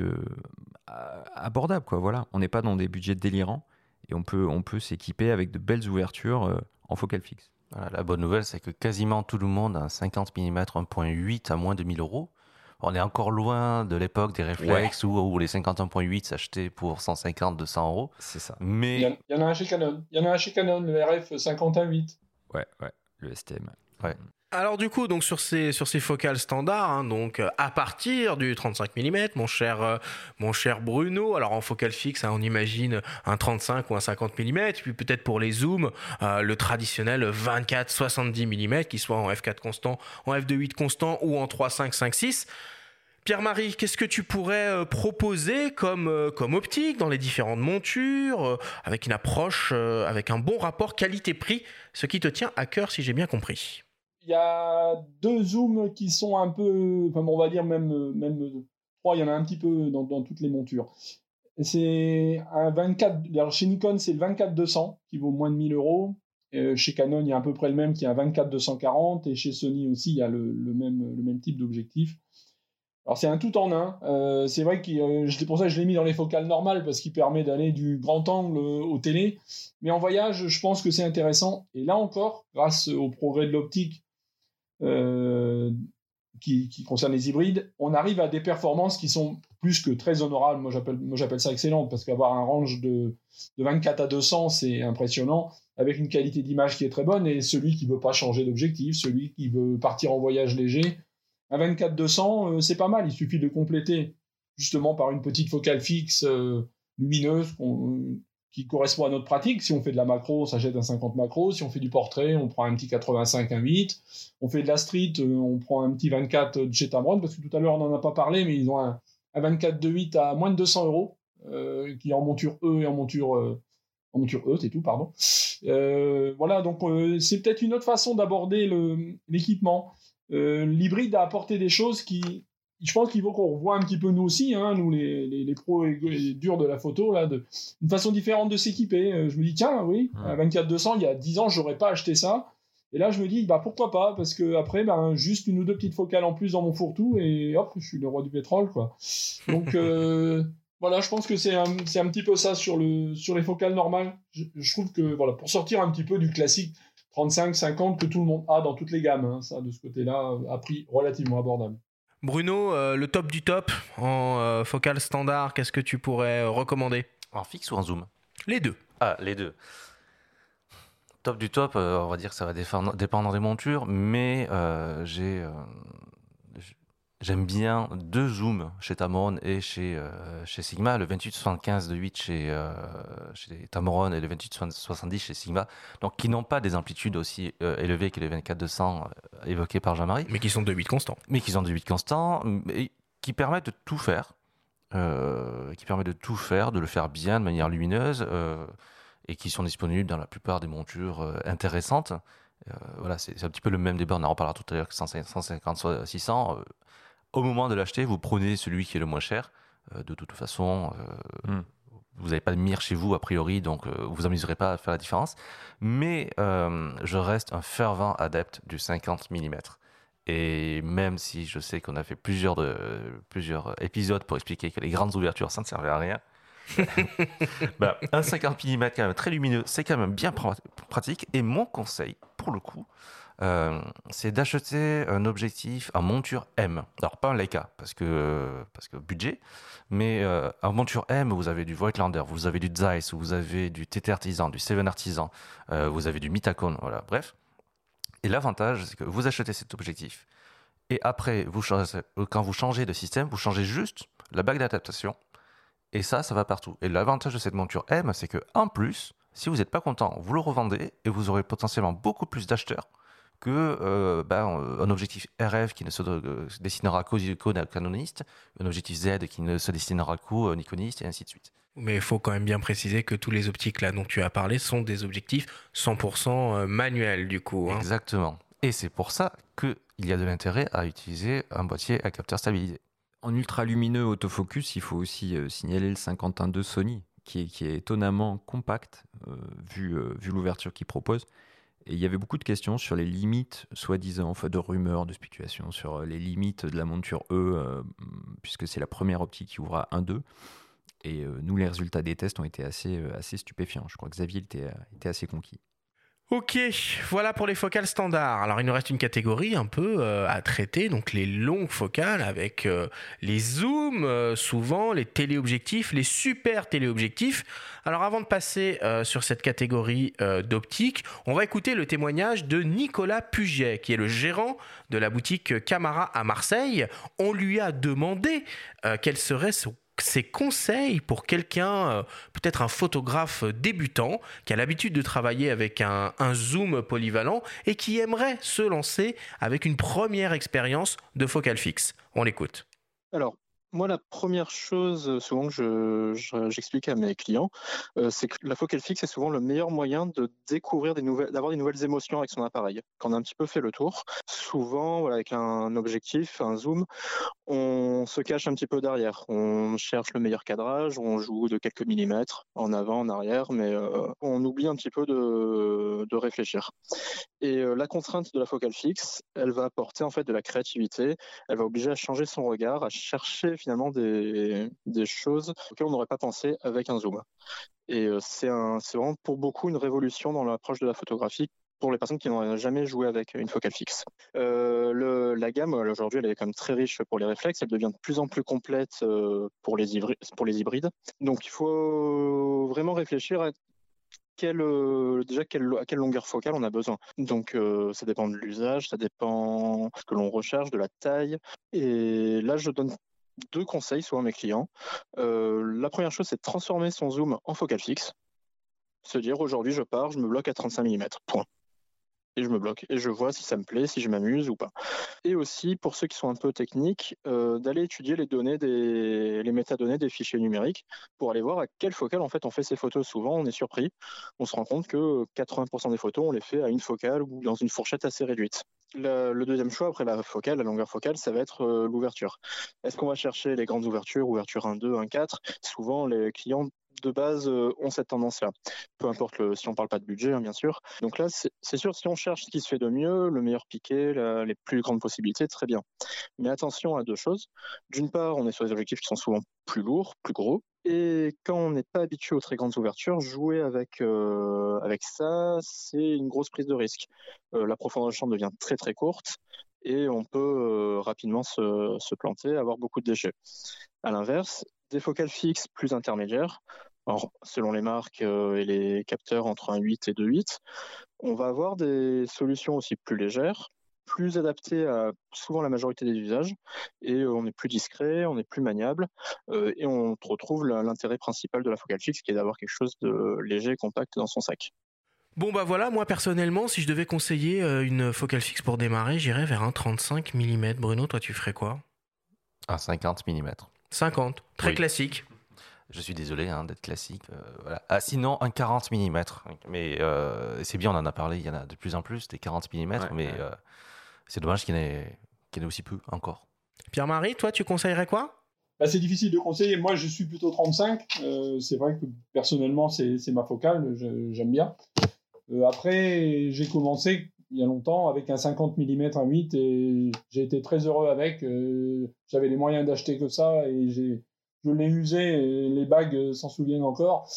abordable, quoi. Voilà. On n'est pas dans des budgets délirants et on peut s'équiper avec de belles ouvertures en focale fixe. Voilà, la bonne nouvelle, c'est que quasiment tout le monde a un 50 mm 1.8 à moins de 1 000 €. On est encore loin de l'époque des réflexes où les 51.8 s'achetaient pour 150, 200 €. C'est ça. Mais il y en a un chez Canon. Le RF 51.8. Ouais, le STM. Ouais. Alors du coup, donc sur ces focales standards, donc à partir du 35 mm, mon cher Bruno, alors en focale fixe, on imagine un 35 ou un 50 mm, puis peut-être pour les zooms, le traditionnel 24-70 mm, qui soit en f4 constant, en f2.8 constant ou en 3.5-5.6. Pierre-Marie, qu'est-ce que tu pourrais proposer comme optique dans les différentes montures, avec une approche, avec un bon rapport qualité-prix, ce qui te tient à cœur si j'ai bien compris? Il y a 2 zooms qui sont un peu, on va dire même 3, il y en a un petit peu dans toutes les montures. C'est un 24, alors chez Nikon c'est le 24-200 qui vaut moins de 1 000 €. Chez Canon il y a à peu près le même qui est un 24-240 et chez Sony aussi il y a le même type d'objectif. Alors c'est un tout en un. C'est vrai que c'est pour ça que je l'ai mis dans les focales normales parce qu'il permet d'aller du grand angle au télé. Mais en voyage, je pense que c'est intéressant. Et là encore, grâce au progrès de l'optique qui concerne les hybrides, on arrive à des performances qui sont plus que très honorables. Moi j'appelle ça excellent parce qu'avoir un range de 24 à 200, c'est impressionnant, avec une qualité d'image qui est très bonne. Et celui qui veut pas changer d'objectif, celui qui veut partir en voyage léger, un 24-200, c'est pas mal. Il suffit de compléter justement par une petite focale fixe lumineuse qui correspond à notre pratique. Si on fait de la macro, on s'achète un 50 macro. Si on fait du portrait, on prend un petit 85, un 8. On fait de la street, on prend un petit 24 de chez Tamron, parce que tout à l'heure, on n'en a pas parlé, mais ils ont un 24 de 8 à moins de 200 €, qui est en monture E et en monture E, c'est tout, pardon. Voilà, donc c'est peut-être une autre façon d'aborder l'équipement. L'hybride a apporté des choses qui, je pense qu'il faut qu'on revoie un petit peu nous aussi, nous les pros et durs de la photo, là, une façon différente de s'équiper. Je me dis, tiens, oui, à 24-200, il y a 10 ans, j'aurais pas acheté ça. Et là, je me dis, pourquoi pas, parce que après, juste une ou deux petites focales en plus dans mon fourre-tout, et hop, je suis le roi du pétrole, quoi. Donc, voilà, je pense que c'est un petit peu ça sur les focales normales. Je trouve que, voilà, pour sortir un petit peu du classique 35-50 que tout le monde a dans toutes les gammes, ça, de ce côté-là, à prix relativement abordable. Bruno, le top du top en focale standard, qu'est-ce que tu pourrais recommander? En fixe ou en zoom? Les deux. Ah, les deux. Top du top, on va dire que ça va dépendre des montures, mais j'aime bien deux zooms chez Tamron et chez Sigma, le 28-75 de 8 chez Tamron et le 28-70 chez Sigma, donc qui n'ont pas des amplitudes aussi élevées que les 24-200 évoqués par Jean-Marie. Mais qui sont de 8 constants. Mais qui sont de 8 constants, et qui permettent de tout faire, de le faire bien, de manière lumineuse, et qui sont disponibles dans la plupart des montures intéressantes. Voilà, c'est un petit peu le même débat, on en reparlera tout à l'heure, que 150, 600. Au moment de l'acheter, vous prenez celui qui est le moins cher. De toute façon, vous n'avez pas de mire chez vous a priori, donc vous vous amuserez pas à faire la différence. Mais je reste un fervent adepte du 50 mm. Et même si je sais qu'on a fait plusieurs épisodes pour expliquer que les grandes ouvertures, ça ne servait à rien, un 50 mm quand même très lumineux, c'est quand même bien pratique. Et mon conseil, pour le coup, c'est d'acheter un objectif en monture M. Alors pas un Leica, parce que budget, mais en monture M, vous avez du Voigtlander, vous avez du Zeiss, vous avez du TT Artisan, du Seven Artisan, vous avez du Mitacone, voilà, bref. Et l'avantage, c'est que vous achetez cet objectif, et après, quand vous changez de système, vous changez juste la bague d'adaptation, et ça va partout. Et l'avantage de cette monture M, c'est que en plus, si vous n'êtes pas content, vous le revendez, et vous aurez potentiellement beaucoup plus d'acheteurs que un objectif RF qui ne se destinera qu'aux canonistes, un objectif Z qui ne se destinera qu'aux niconistes, et ainsi de suite. Mais il faut quand même bien préciser que tous les optiques là dont tu as parlé sont des objectifs 100% manuels du coup. Hein. Exactement. Et c'est pour ça qu'il y a de l'intérêt à utiliser un boîtier à capteur stabilisé. En ultra lumineux autofocus, il faut aussi signaler le 51.2 Sony qui est étonnamment compact vu l'ouverture qu'il propose. Et il y avait beaucoup de questions sur les limites, soi-disant, de rumeurs, de spéculations, sur les limites de la monture E, puisque c'est la première optique qui ouvre à 1.2. Et nous, les résultats des tests ont été assez stupéfiants. Je crois que Xavier était assez conquis. Ok, voilà pour les focales standards. Alors il nous reste une catégorie un peu à traiter, donc les longues focales avec les zooms souvent, les téléobjectifs, les super téléobjectifs. Alors avant de passer sur cette catégorie d'optique, on va écouter le témoignage de Nicolas Puget, qui est le gérant de la boutique Camara à Marseille. On lui a demandé quel serait ses conseils pour quelqu'un, peut-être un photographe débutant, qui a l'habitude de travailler avec un zoom polyvalent et qui aimerait se lancer avec une première expérience de focale fixe. On l'écoute. Alors, moi, la première chose souvent que j'explique à mes clients, c'est que la focale fixe est souvent le meilleur moyen de découvrir d'avoir des nouvelles émotions avec son appareil. Quand on a un petit peu fait le tour, souvent, avec un objectif, un zoom, on se cache un petit peu derrière. On cherche le meilleur cadrage, on joue de quelques millimètres en avant, en arrière, mais on oublie un petit peu de réfléchir. Et la contrainte de la focale fixe, elle va apporter en fait de la créativité, elle va obliger à changer son regard, à chercher finalement des choses auxquelles on n'aurait pas pensé avec un zoom. Et c'est vraiment pour beaucoup une révolution dans l'approche de la photographie pour les personnes qui n'ont jamais joué avec une focale fixe. La gamme, aujourd'hui, elle est quand même très riche pour les réflexes. Elle devient de plus en plus complète pour les hybrides. Donc, il faut vraiment réfléchir à quelle longueur focale on a besoin. Donc, ça dépend de l'usage, ça dépend de ce que l'on recherche, de la taille. Et là, je donne 2 conseils souvent à mes clients. La première chose, c'est de transformer son zoom en focale fixe. Se dire, aujourd'hui, je me bloque à 35 mm, point. Et je me bloque et je vois si ça me plaît, si je m'amuse ou pas. Et aussi, pour ceux qui sont un peu techniques, d'aller étudier les métadonnées des fichiers numériques pour aller voir à quelle focale en fait on fait ces photos. Souvent, on est surpris. On se rend compte que 80% des photos, on les fait à une focale ou dans une fourchette assez réduite. Le deuxième choix après la focale, la longueur focale, ça va être l'ouverture. Est-ce qu'on va chercher les grandes ouvertures, ouverture 1.2, 1.4 ? Souvent, les clients de base ont cette tendance-là. Peu importe si on parle pas de budget, hein, bien sûr. Donc là, c'est sûr, si on cherche ce qui se fait de mieux, le meilleur piqué, les plus grandes possibilités, très bien. Mais attention à 2 choses. D'une part, on est sur des objectifs qui sont souvent plus lourds, plus gros. Et quand on n'est pas habitué aux très grandes ouvertures, jouer avec ça, c'est une grosse prise de risque. La profondeur de champ devient très très courte et on peut rapidement se planter, avoir beaucoup de déchets. À l'inverse, des focales fixes plus intermédiaires, alors, selon les marques et les capteurs entre 1.8 et 2.8, on va avoir des solutions aussi plus légères, plus adaptées à souvent la majorité des usages, et on est plus discret, on est plus maniable, et on retrouve l'intérêt principal de la focale fixe, qui est d'avoir quelque chose de léger et compact dans son sac. Bon bah voilà, moi personnellement, si je devais conseiller une focale fixe pour démarrer, j'irais vers un 35 mm. Bruno, toi tu ferais quoi ? Un 50 mm. 50, très oui. Classique. Je suis désolé d'être classique. Voilà. Ah, sinon, un 40 mm. Mais c'est bien, on en a parlé, il y en a de plus en plus, des 40 mm, ouais, mais ouais. C'est dommage qu'il y en ait aussi peu encore. Pierre-Marie, toi, tu conseillerais quoi ? c'est difficile de conseiller. Moi, je suis plutôt 35. C'est vrai que personnellement, c'est ma focale. J'aime bien. Après, j'ai commencé il y a longtemps avec un 50 mm 1.8 et j'ai été très heureux avec. J'avais les moyens d'acheter que ça et je l'ai usé, et les bagues s'en souviennent encore.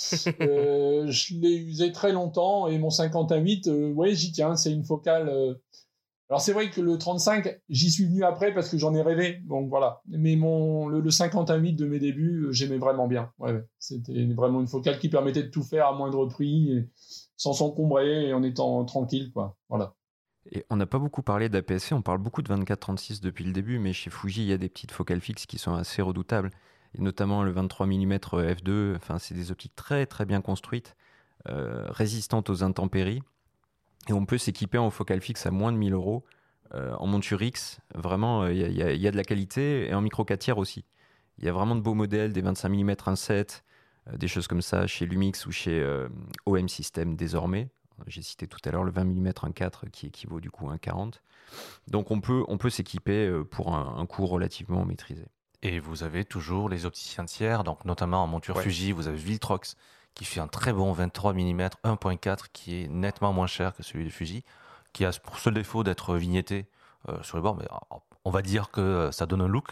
Je l'ai usé très longtemps et mon 50 1.8, ouais, j'y tiens. C'est une focale. Alors c'est vrai que le 35, j'y suis venu après parce que j'en ai rêvé. Donc voilà. Mais le 50 1.8 de mes débuts, j'aimais vraiment bien. Ouais. C'était vraiment une focale qui permettait de tout faire à moindre prix, et sans s'encombrer et en étant tranquille, quoi. Voilà. Et on n'a pas beaucoup parlé d'APS-C, on parle beaucoup de 24-36 depuis le début, mais chez Fuji, il y a des petites focales fixes qui sont assez redoutables, et notamment le 23 mm f2. Enfin, c'est des optiques très très bien construites, résistantes aux intempéries, et on peut s'équiper en focale fixe à moins de 1 000 €, en monture X. Vraiment, il y a de la qualité, et en micro 4 tiers aussi. Il y a vraiment de beaux modèles, des 25 mm 1.7, des choses comme ça chez Lumix ou chez OM System désormais. J'ai cité tout à l'heure le 20 mm 1.4 qui équivaut du coup à 1.40. Donc on peut s'équiper pour un coût relativement maîtrisé. Et vous avez toujours les opticiens tiers, donc notamment en monture Fuji, vous avez Viltrox qui fait un très bon 23 mm 1.4 qui est nettement moins cher que celui de Fuji, qui a pour seul défaut d'être vignetté sur les bords, mais on va dire que ça donne un look.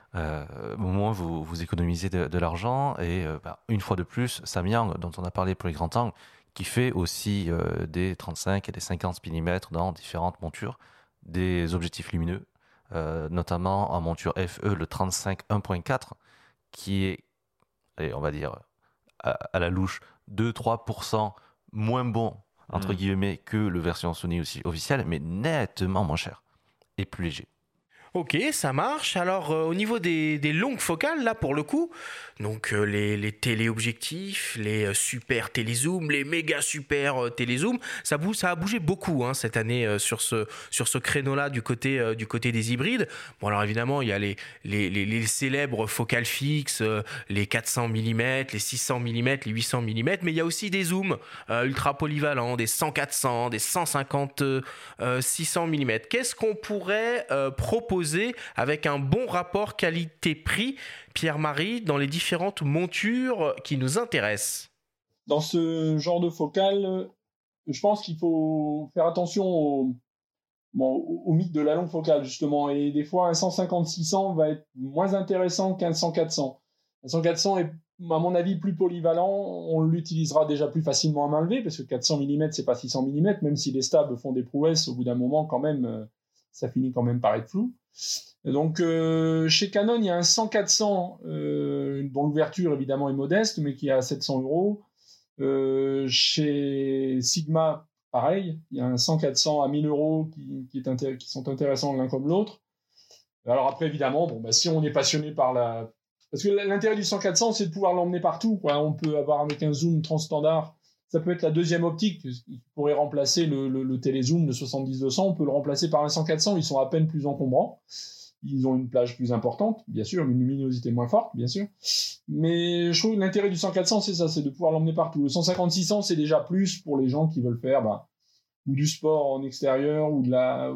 Au moins vous économisez de l'argent. Et une fois de plus, Samyang, dont on a parlé pour les grands angles, qui fait aussi des 35 et des 50 mm dans différentes montures, des objectifs lumineux, notamment en monture FE, le 35 1.4, qui est, allez, on va dire, à la louche, 2-3% moins bon, entre guillemets, que le version Sony aussi officielle, mais nettement moins cher et plus léger. Ok, ça marche. Alors, au niveau des longues focales, là, pour le coup, donc les téléobjectifs, les super télézooms, les méga super télézooms, ça a bougé beaucoup cette année sur ce créneau-là du côté des hybrides. Bon, alors évidemment, il y a les célèbres focales fixes, les 400 mm, les 600 mm, les 800 mm, mais il y a aussi des zooms ultra polyvalents, des 100-400, des 150 600 mm. Qu'est-ce qu'on pourrait proposer avec un bon rapport qualité-prix, Pierre-Marie, dans les différentes montures qui nous intéressent? Dans ce genre de focale, je pense qu'il faut faire attention au mythe de la longue focale, justement. Et des fois, un 150-600 va être moins intéressant qu'un 100-400. Un 100-400 est, à mon avis, plus polyvalent. On l'utilisera déjà plus facilement à main levée, parce que 400 mm, c'est pas 600 mm, même si les stabs font des prouesses, au bout d'un moment, quand même, ça finit quand même par être flou. Donc chez Canon, il y a un 100-400 dont l'ouverture évidemment est modeste, mais qui est à 700 €. Chez Sigma, pareil, il y a un 100-400 à 1 000 € qui sont intéressants l'un comme l'autre. Alors après, évidemment, si on est passionné par parce que l'intérêt du 100-400, c'est de pouvoir l'emmener partout, quoi. On peut avoir avec un zoom transstandard, ça peut être la deuxième optique qui pourrait remplacer le télézoom de 70-200. On peut le remplacer par un 100-400. Ils sont à peine plus encombrants. Ils ont une plage plus importante, bien sûr, une luminosité moins forte, bien sûr. Mais je trouve que l'intérêt du 100-400, c'est ça, c'est de pouvoir l'emmener partout. Le 150-600, c'est déjà plus pour les gens qui veulent faire ou du sport en extérieur, ou de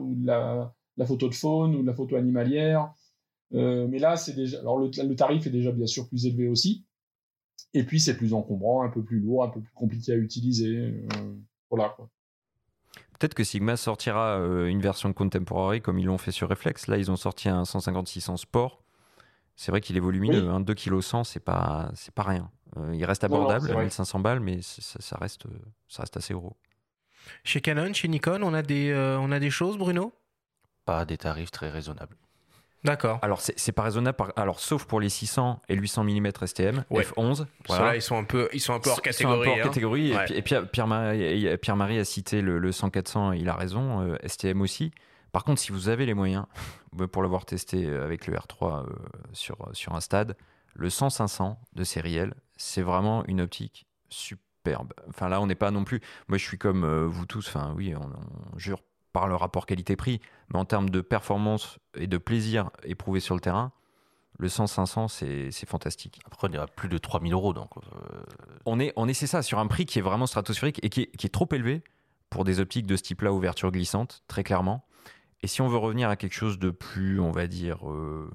la photo de faune, ou de la photo animalière. Mais là, c'est déjà. Alors le tarif est déjà bien sûr plus élevé aussi. Et puis c'est plus encombrant, un peu plus lourd, un peu plus compliqué à utiliser. Voilà, quoi. Peut-être que Sigma sortira une version contemporary comme ils l'ont fait sur Reflex. Là, ils ont sorti un 150-600 Sport. C'est vrai qu'il est volumineux, 2 kg 100, c'est pas rien. Il reste abordable, 1500 balles, mais ça reste assez gros. Chez Canon, chez Nikon, on a des choses, Bruno? Pas des tarifs très raisonnables. D'accord. Alors c'est pas raisonnable, sauf pour les 600 et 800 mm STM, f11. Voilà. Ceux-là, ils sont un peu hors catégorie. Hors catégorie. Et puis Pierre-Marie a cité le 100-400, il a raison, STM aussi. Par contre, si vous avez les moyens, pour l'avoir testé avec le R3 sur un stade, le 100-500 de série L, c'est vraiment une optique superbe. Enfin là, on n'est pas non plus. Moi, je suis comme vous tous. Enfin oui, on jure par le rapport qualité-prix, mais en termes de performance et de plaisir éprouvé sur le terrain, le 100-500, c'est fantastique. Après, on est à plus de 3 000 €. Donc, on est c'est ça, sur un prix qui est vraiment stratosphérique et qui est trop élevé pour des optiques de ce type-là, ouverture glissante, très clairement. Et si on veut revenir à quelque chose de plus, on va dire,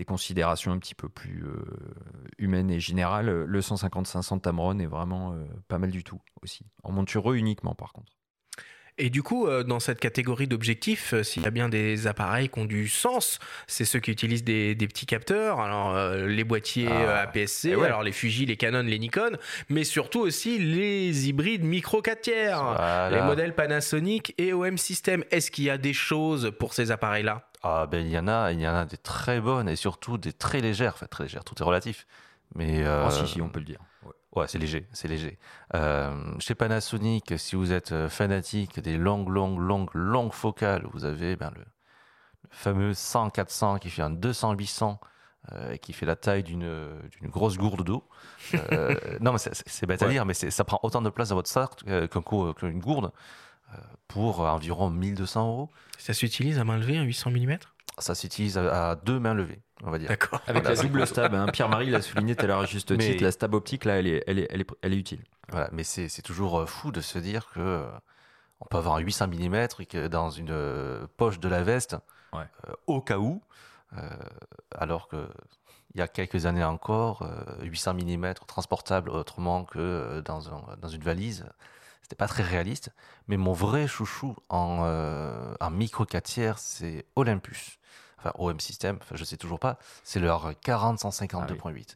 des considérations un petit peu plus humaines et générales, le 150-500 Tamron est vraiment pas mal du tout aussi. En montureux uniquement par contre. Et du coup, dans cette catégorie d'objectifs, s'il y a bien des appareils qui ont du sens, c'est ceux qui utilisent des petits capteurs, alors les boîtiers APS-C, alors les Fuji, les Canon, les Nikon, mais surtout aussi les hybrides micro 4 tiers, les modèles Panasonic et OM System. Est-ce qu'il y a des choses pour ces appareils-là ? Il y en a des très bonnes et surtout des très légères. Enfin, très légères, tout est relatif. Mais si, on peut le dire. Ouais, c'est léger. Chez Panasonic, si vous êtes fanatique des longues focales, vous avez le fameux 100-400 qui fait un 200-800 qui fait la taille d'une grosse gourde d'eau. Non, mais c'est bête à dire, mais ça prend autant de place dans votre sac qu'une gourde pour environ 1 200 €. Ça s'utilise à main levée, un 800 mm ? Ça s'utilise à 2 mains levées, on va dire. D'accord. Avec la double stab, Pierre-Marie l'a souligné tout à l'heure à juste titre, la stab optique là, elle est utile. Voilà, mais c'est toujours fou de se dire que on peut avoir un 800 mm et que dans une poche de la veste, au cas où, alors que il y a quelques années encore, 800 mm transportable autrement que dans une valise, c'était pas très réaliste. Mais mon vrai chouchou en micro 4 tiers, c'est Olympus. Enfin, OM System, je sais toujours pas, c'est leur 40-150 2.8,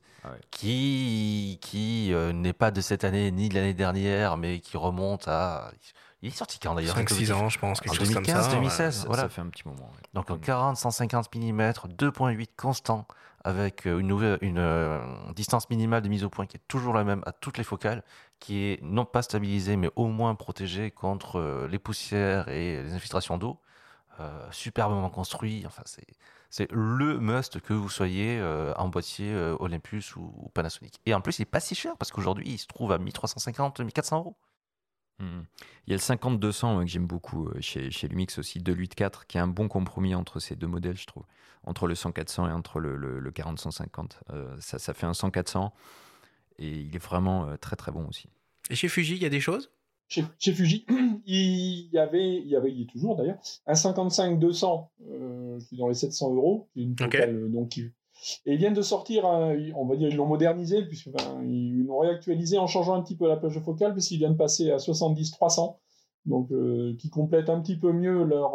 qui n'est pas de cette année ni de l'année dernière, mais qui remonte à... Il est sorti quand d'ailleurs ? 5-6 ans, je pense, quelque chose comme 2015, ça. 2016, voilà. Ça fait un petit moment. Ouais. Donc en 40-150 mm, 2.8 constant, avec une distance minimale de mise au point qui est toujours la même à toutes les focales, qui est non pas stabilisée, mais au moins protégée contre les poussières et les infiltrations d'eau. Superbement construit, enfin c'est le must que vous soyez en boîtier Olympus ou Panasonic. Et en plus il est pas si cher parce qu'aujourd'hui il se trouve à 1350, 1400 €. Il y a le 50-200 que j'aime beaucoup chez Lumix aussi, 2.8.4 qui est un bon compromis entre ces deux modèles, je trouve, entre le 100-400 et entre le 40-150. Ça fait un 100-400 et il est vraiment très très bon aussi. Et chez Fuji, il y a des choses ? Chez Fuji, il y a toujours d'ailleurs, un 55-200 qui est dans les 700 €, qui est une focale, et ils viennent de sortir, on va dire, ils l'ont modernisé, ils l'ont réactualisé en changeant un petit peu la plage de focale, puisqu'ils viennent passer à 70-300, donc qui complète un petit peu mieux leur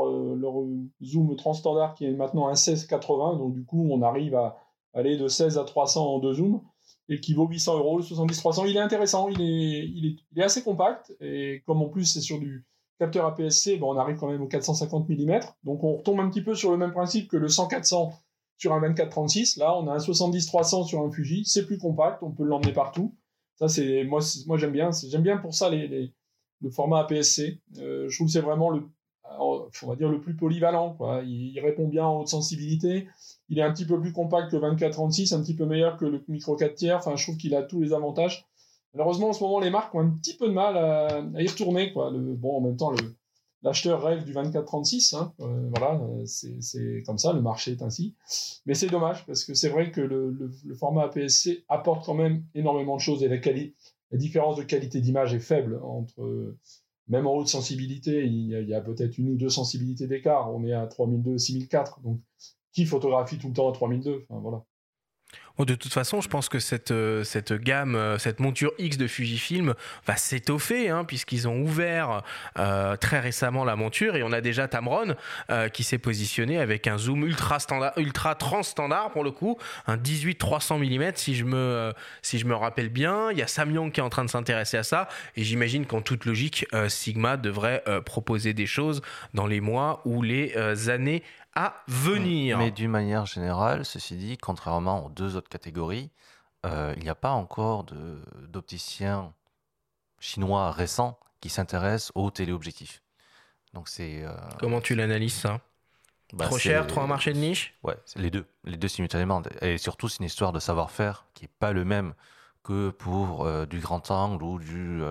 zoom transstandard qui est maintenant un 16-80, donc du coup on arrive à aller de 16 à 300 en deux zooms, et qui vaut 800 €, le 70-300. Il est intéressant, il est assez compact, et comme en plus c'est sur du capteur APS-C, on arrive quand même au 450 mm, donc on retombe un petit peu sur le même principe que le 100-400 sur un 24-36. Là on a un 70-300 sur un Fuji, c'est plus compact, on peut l'emmener partout. Ça c'est moi j'aime bien pour ça le format APS-C. Je trouve que c'est vraiment on va dire le plus polyvalent, quoi. Il répond bien en haute sensibilité. Il est un petit peu plus compact que le 24-36, un petit peu meilleur que le micro 4 tiers. Enfin, je trouve qu'il a tous les avantages. Malheureusement, en ce moment, les marques ont un petit peu de mal à y retourner, quoi. En même temps, l'acheteur rêve du 24-36. Voilà, c'est comme ça, le marché est ainsi. Mais c'est dommage, parce que c'est vrai que le format APS-C apporte quand même énormément de choses, et la différence de qualité d'image est faible entre... Même en haute sensibilité, il y a peut-être 1 ou 2 sensibilités d'écart. On est à 3002, 6004. Donc, qui photographie tout le temps à 3002 ? Enfin, voilà. Bon, de toute façon, je pense que cette gamme, cette monture X de Fujifilm va s'étoffer, puisqu'ils ont ouvert très récemment la monture, et on a déjà Tamron qui s'est positionné avec un zoom ultra transstandard pour le coup, un 18-300 mm si je me rappelle bien. Il y a Samyang qui est en train de s'intéresser à ça, et j'imagine qu'en toute logique, Sigma devrait proposer des choses dans les mois ou les années à venir. Mais d'une manière générale, ceci dit, contrairement aux deux autres catégories, il n'y a pas encore d'opticiens chinois récents qui s'intéressent aux téléobjectifs. Donc c'est. Comment tu l'analyses ça ? Trop cher, trop un marché de niche ? Ouais, c'est les deux simultanément. Et surtout, c'est une histoire de savoir-faire qui n'est pas le même que pour du grand angle ou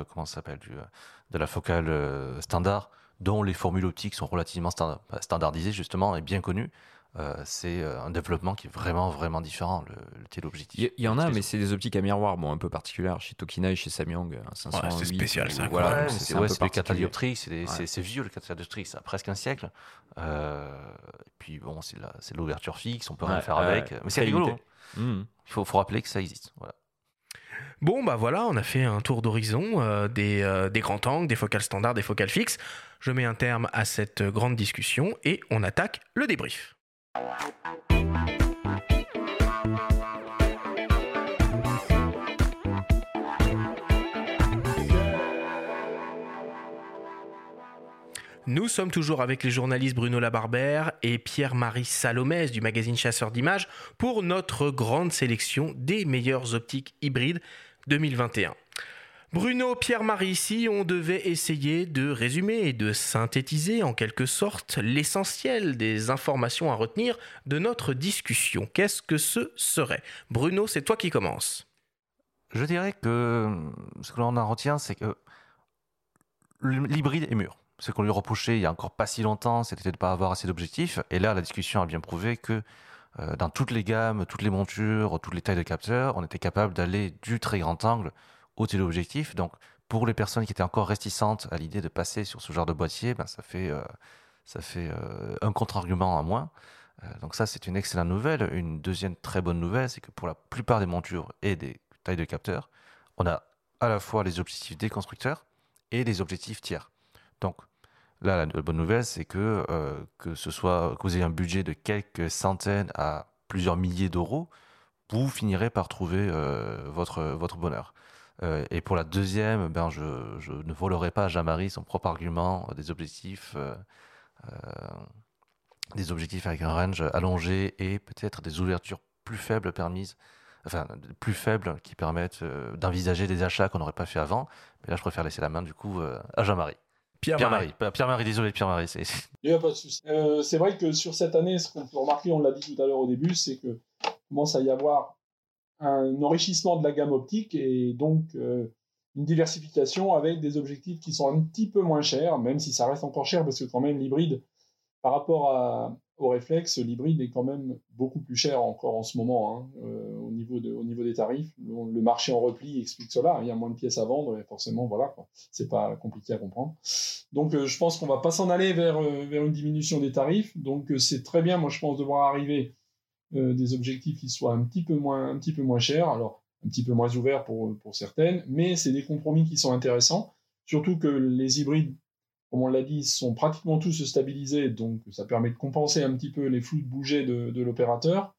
de la focale standard, dont les formules optiques sont relativement standardisées justement et bien connues. c'est un développement qui est vraiment, vraiment différent, le téléobjectif. Il y en a, mais c'est des optiques à miroir, un peu particulières, chez Tokina et chez Samyang. 508, c'est spécial, ça. Voilà, c'est le catadioptrique, c'est vieux le catadioptrique, ça a presque un siècle. Et puis bon, c'est l'ouverture fixe, on peut rien faire avec. Mais c'est rigolo. Il faut rappeler que ça existe. Voilà. Bon, bah voilà, on a fait un tour d'horizon des grands angles, des focales standards, des focales fixes. Je mets un terme à cette grande discussion et on attaque le débrief. Nous sommes toujours avec les journalistes Bruno Labarbère et Pierre-Marie Salomès du magazine Chasseur d'images pour notre grande sélection des meilleures optiques hybrides 2021. Bruno, Pierre-Marie, si on devait essayer de résumer et de synthétiser en quelque sorte l'essentiel des informations à retenir de notre discussion, qu'est-ce que ce serait ? Bruno, c'est toi qui commences. Je dirais que ce que l'on en retient, c'est que l'hybride est mûr. Ce qu'on lui reprochait il y a encore pas si longtemps, c'était de ne pas avoir assez d'objectifs. Et là, la discussion a bien prouvé que dans toutes les gammes, toutes les montures, toutes les tailles de capteurs, on était capable d'aller du très grand angle au téléobjectif. Donc, pour les personnes qui étaient encore réticentes à l'idée de passer sur ce genre de boîtier, ça fait un contre-argument à moins. Donc ça, c'est une excellente nouvelle. Une deuxième très bonne nouvelle, c'est que pour la plupart des montures et des tailles de capteurs, on a à la fois les objectifs des constructeurs et les objectifs tiers. Donc là, la bonne nouvelle, c'est que vous ayez un budget de quelques centaines à plusieurs milliers d'euros, vous finirez par trouver votre bonheur. Et pour la deuxième, je ne volerai pas à Jean-Marie son propre argument des objectifs avec un range allongé et peut-être des ouvertures plus faibles qui permettent d'envisager des achats qu'on n'aurait pas fait avant. Mais là, je préfère laisser la main du coup à Jean-Marie. Pierre-Marie, désolé Pierre-Marie. Il n'y a pas de souci. C'est vrai que sur cette année, ce qu'on peut remarquer, on l'a dit tout à l'heure au début, c'est que commence à y avoir un enrichissement de la gamme optique et donc une diversification avec des objectifs qui sont un petit peu moins chers, même si ça reste encore cher, parce que quand même l'hybride, par rapport au réflexe, l'hybride est quand même beaucoup plus cher encore en ce moment au niveau des tarifs. Le marché en repli explique cela. Il y a moins de pièces à vendre et forcément, voilà, quoi. C'est pas compliqué à comprendre. Donc, je pense qu'on va pas s'en aller vers une diminution des tarifs. Donc, c'est très bien. Moi, je pense devoir arriver des objectifs qui soient un petit peu moins chers. Alors, un petit peu moins ouverts pour certaines, mais c'est des compromis qui sont intéressants. Surtout que les hybrides, comme on l'a dit, sont pratiquement tous stabilisés, donc ça permet de compenser un petit peu les flous de bouger de l'opérateur.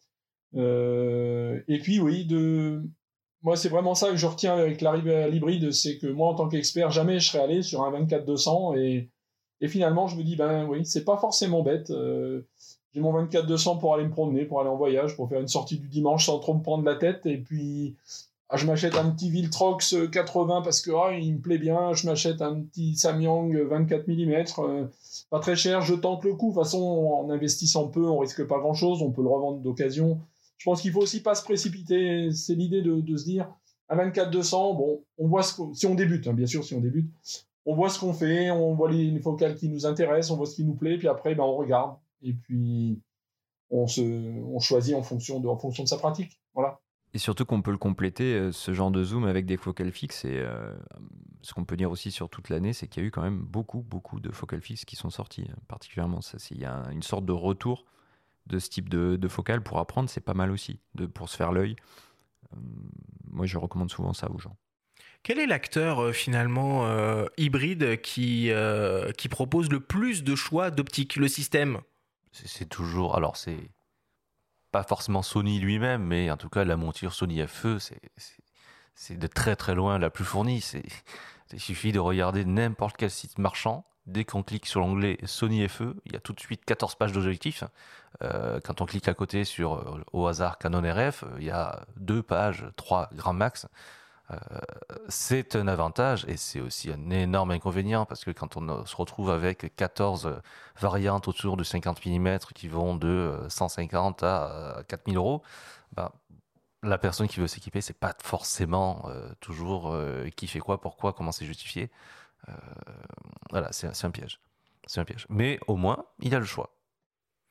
Et puis oui, moi c'est vraiment ça que je retiens avec l'arrivée à l'hybride, c'est que moi en tant qu'expert, jamais je serais allé sur un 24-200 et finalement je me dis, oui, c'est pas forcément bête. J'ai mon 24-200 pour aller me promener, pour aller en voyage, pour faire une sortie du dimanche sans trop me prendre la tête, et puis je m'achète un petit Viltrox 80 parce que il me plaît bien, je m'achète un petit Samyang 24 mm, pas très cher, je tente le coup. De toute façon, en investissant peu, on risque pas grand-chose, on peut le revendre d'occasion. Je pense qu'il faut aussi pas se précipiter, c'est l'idée de se dire, à 24-200, bon, on voit si on débute, bien sûr, si on débute, on voit ce qu'on fait, on voit les focales qui nous intéressent, on voit ce qui nous plaît, puis après, on regarde, et puis on choisit en fonction de sa pratique, voilà. Et surtout qu'on peut le compléter, ce genre de zoom, avec des focales fixes. Et ce qu'on peut dire aussi sur toute l'année, c'est qu'il y a eu quand même beaucoup de focales fixes qui sont sorties. Particulièrement, il y a une sorte de retour de ce type de focale pour apprendre, c'est pas mal aussi, pour se faire l'œil. Moi, je recommande souvent ça aux gens. Quel est l'acteur finalement hybride qui propose le plus de choix d'optique, le système ? C'est toujours... Alors, c'est pas forcément Sony lui-même, mais en tout cas, la monture Sony FE, c'est de très très loin la plus fournie. Il suffit de regarder n'importe quel site marchand. Dès qu'on clique sur l'onglet Sony FE, il y a tout de suite 14 pages d'objectifs. Quand on clique à côté sur, au hasard, Canon RF, il y a 2 pages, 3 grand max. C'est un avantage et c'est aussi un énorme inconvénient parce que quand on se retrouve avec 14 variantes autour de 50 mm qui vont de 150 à 4000 euros, la personne qui veut s'équiper, c'est pas forcément toujours qui fait quoi, pourquoi, comment c'est justifié. Voilà, c'est un piège. Mais au moins, il a le choix.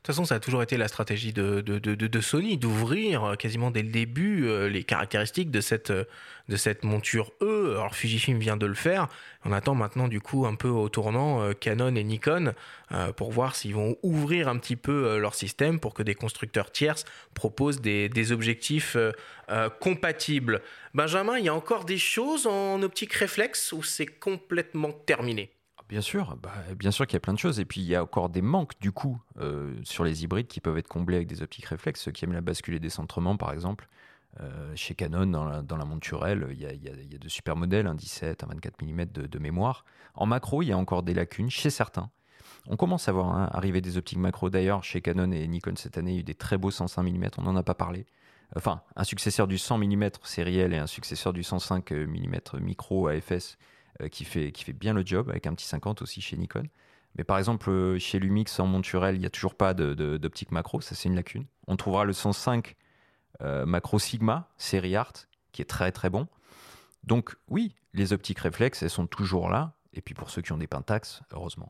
toute façon, ça a toujours été la stratégie de Sony, d'ouvrir quasiment dès le début les caractéristiques de cette monture E. Alors Fujifilm vient de le faire. On attend maintenant du coup un peu au tournant Canon et Nikon pour voir s'ils vont ouvrir un petit peu leur système pour que des constructeurs tierces proposent des objectifs compatibles. Benjamin, il y a encore des choses en optique réflexe ou c'est complètement terminé ? Bien sûr, bien sûr qu'il y a plein de choses. Et puis, il y a encore des manques, du coup, sur les hybrides qui peuvent être comblés avec des optiques réflexes. Ceux qui aiment la bascule et décentrement, par exemple. Chez Canon, dans la monture L, il y a de super modèles, un 17, un 24 mm de mémoire. En macro, il y a encore des lacunes chez certains. On commence à voir arriver des optiques macro. D'ailleurs, chez Canon et Nikon cette année, il y a eu des très beaux 105 mm, on n'en a pas parlé. Enfin, un successeur du 100 mm sériel et un successeur du 105 mm micro AFS qui fait bien le job, avec un petit 50 aussi chez Nikon. Mais par exemple, chez Lumix en monture L, il n'y a toujours pas d'optique macro, ça c'est une lacune. On trouvera le 105 macro Sigma, série Art, qui est très très bon. Donc oui, les optiques réflexes, elles sont toujours là. Et puis pour ceux qui ont des Pentax, heureusement.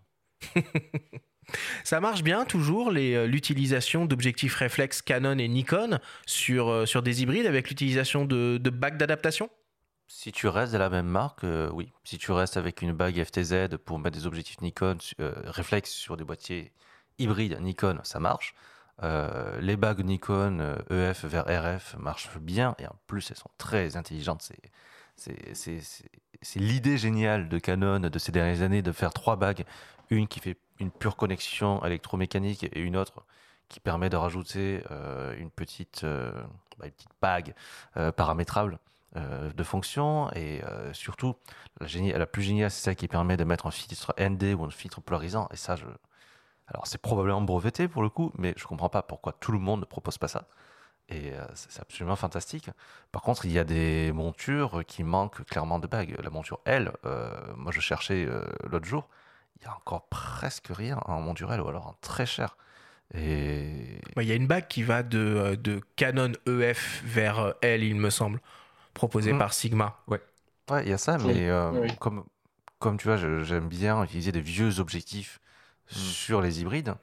Ça marche bien toujours l'utilisation d'objectifs réflexes Canon et Nikon sur des hybrides avec l'utilisation de bagues d'adaptation ? Si tu restes de la même marque, oui. Si tu restes avec une bague FTZ pour mettre des objectifs Nikon réflexes sur des boîtiers hybrides Nikon, ça marche. Les bagues Nikon EF vers RF marchent bien et en plus elles sont très intelligentes. C'est l'idée géniale de Canon de ces dernières années de faire 3 bagues, une qui fait une pure connexion électromécanique et une autre qui permet de rajouter une petite bague paramétrable de fonction et surtout la plus géniale, c'est celle qui permet de mettre un filtre ND ou un filtre polarisant. Et ça, alors c'est probablement breveté pour le coup, mais je comprends pas pourquoi tout le monde ne propose pas ça. Et c'est absolument fantastique. Par contre, il y a des montures qui manquent clairement de bagues. La monture L, moi je cherchais l'autre jour, il y a encore presque rien en monture L ou alors en très cher. Et il y a une bague qui va de Canon EF vers L, il me semble, proposée par Sigma. Ouais, il y a ça, mais oui. Comme tu vois, j'aime bien utiliser des vieux objectifs sur les hybrides.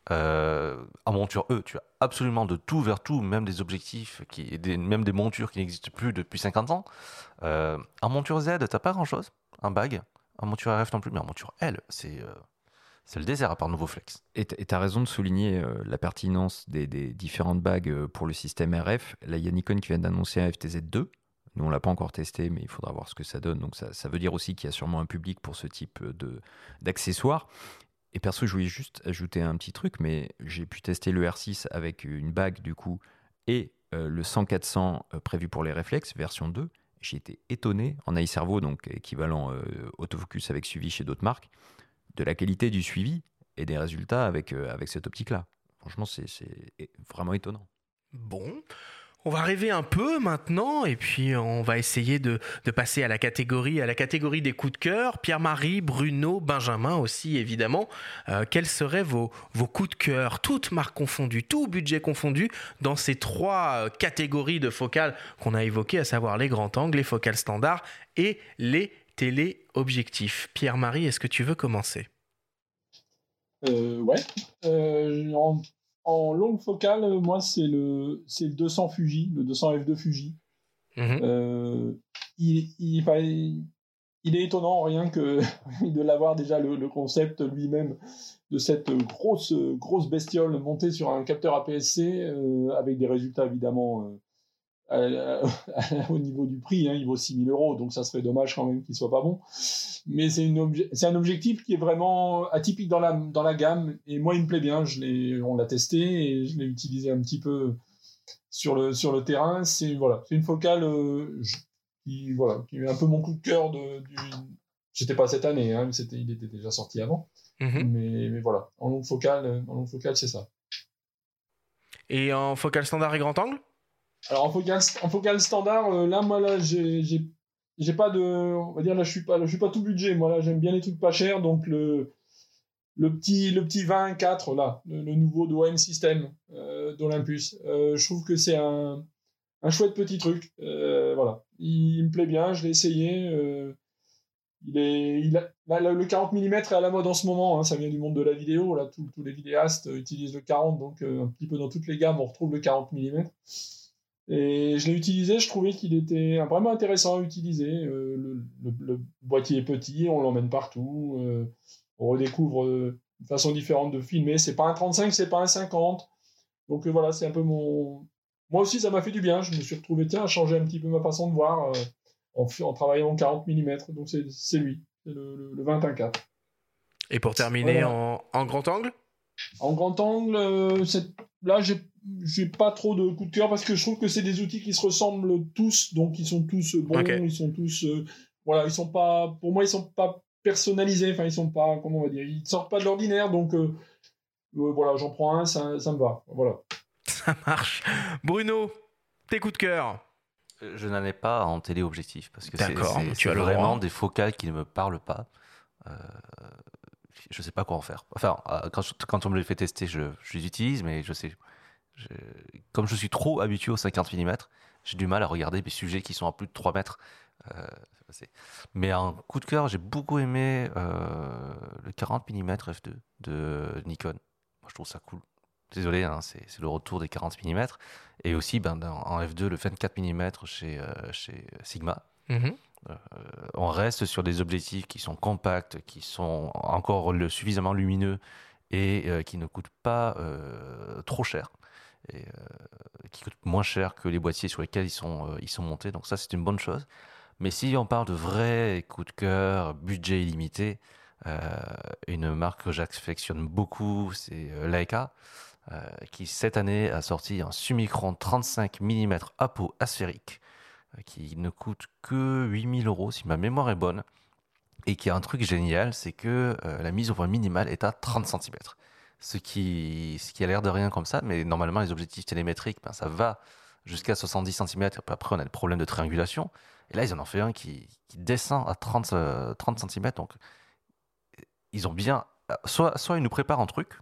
En monture E, tu as absolument de tout vers tout, même des objectifs, même des montures qui n'existent plus depuis 50 ans. En monture Z, tu n'as pas grand-chose, un bag. En monture RF non plus, mais en monture L, c'est le désert à part nouveau flex. Et tu as raison de souligner la pertinence des différentes bagues pour le système RF. Là, il y a Nikon qui vient d'annoncer un FTZ2. Nous, on ne l'a pas encore testé, mais il faudra voir ce que ça donne. Donc, ça veut dire aussi qu'il y a sûrement un public pour ce type d'accessoires. Et perso, je voulais juste ajouter un petit truc, mais j'ai pu tester le R6 avec une bague, du coup, et le 100-400 prévu pour les réflexes, version 2. J'ai été étonné, en iServo, donc équivalent autofocus avec suivi chez d'autres marques, de la qualité du suivi et des résultats avec cette optique-là. Franchement, c'est vraiment étonnant. Bon, on va rêver un peu maintenant et puis on va essayer de passer à la catégorie des coups de cœur. Pierre-Marie, Bruno, Benjamin aussi évidemment. Quels seraient vos coups de cœur, toutes marques confondues, tout budget confondu, dans ces 3 catégories de focales qu'on a évoquées, à savoir les grands angles, les focales standards et les téléobjectifs. Pierre-Marie, est-ce que tu veux commencer ? Ouais. En longue focale, moi, c'est le 200 Fuji, le 200 F2 Fuji. Il est étonnant, rien que de l'avoir déjà le concept lui-même de cette grosse bestiole montée sur un capteur APS-C avec des résultats évidemment au niveau du prix, il vaut 6 000 €, donc ça serait dommage quand même qu'il soit pas bon. Mais c'est un objectif qui est vraiment atypique dans la gamme, et moi il me plaît bien. On l'a testé et je l'ai utilisé un petit peu sur le terrain. C'est une focale qui est un peu mon coup de cœur c'était pas cette année, il était déjà sorti avant. Mais voilà, en longue focale c'est ça. Et en focale standard et grand angle ? Alors en focale standard, j'ai pas de, on va dire, là je suis pas tout budget, moi là j'aime bien les trucs pas chers, donc le petit 20-4 là, le nouveau de OM System d'Olympus, je trouve que c'est un chouette petit truc, il me plaît bien, je l'ai essayé, Le 40 mm est à la mode en ce moment, hein, ça vient du monde de la vidéo, là, tous les vidéastes utilisent le 40, donc un petit peu dans toutes les gammes, on retrouve le 40 mm. Et je l'ai utilisé, je trouvais qu'il était vraiment intéressant à utiliser. Le boîtier est petit, on l'emmène partout, on redécouvre une façon différente de filmer. C'est pas un 35, c'est pas un 50. Donc voilà, c'est un peu mon... Moi aussi, ça m'a fait du bien, je me suis retrouvé, à changer un petit peu ma façon de voir en travaillant en 40 mm. Donc c'est lui, c'est le 21-4. Et pour terminer, voilà. en grand angle ? En grand angle, là, j'ai pas trop de coup de cœur parce que je trouve que c'est des outils qui se ressemblent tous, donc ils sont tous bons, okay. Ils sont tous, voilà, ils sont pas, pour moi, ils sont pas personnalisés, enfin, ils sont pas, comment on va dire, ils sortent pas de l'ordinaire, donc voilà, j'en prends un, ça me va, voilà. Ça marche. Bruno, tes coups de cœur ? Je n'en ai pas en téléobjectif parce que tu as vraiment des focales qui ne me parlent pas. Je sais pas quoi en faire. Enfin, quand on me les fait tester, je les utilise, mais comme je suis trop habitué aux 50 mm, j'ai du mal à regarder des sujets qui sont à plus de 3 mètres. Mais en coup de cœur, j'ai beaucoup aimé le 40 mm f2 de Nikon. Moi, je trouve ça cool. Désolé, hein, c'est le retour des 40 mm. Et aussi, en F2, le 24 mm chez Sigma. Mm-hmm. On reste sur des objectifs qui sont compacts, qui sont encore suffisamment lumineux et qui ne coûtent pas trop cher. Et qui coûtent moins cher que les boîtiers sur lesquels ils sont montés. Donc ça, c'est une bonne chose. Mais si on parle de vrais coups de cœur, budget illimité, une marque que j'affectionne beaucoup, c'est Leica. Qui cette année a sorti un Summicron 35 mm apo asphérique qui ne coûte que 8 000 € si ma mémoire est bonne et qui a un truc génial, c'est que la mise au point minimale est à 30 cm. Ce qui a l'air de rien comme ça, mais normalement les objectifs télémétriques, ça va jusqu'à 70 cm, après on a le problème de triangulation, et là ils en ont fait un qui descend à 30 cm, donc ils ont bien... Soit ils nous préparent un truc,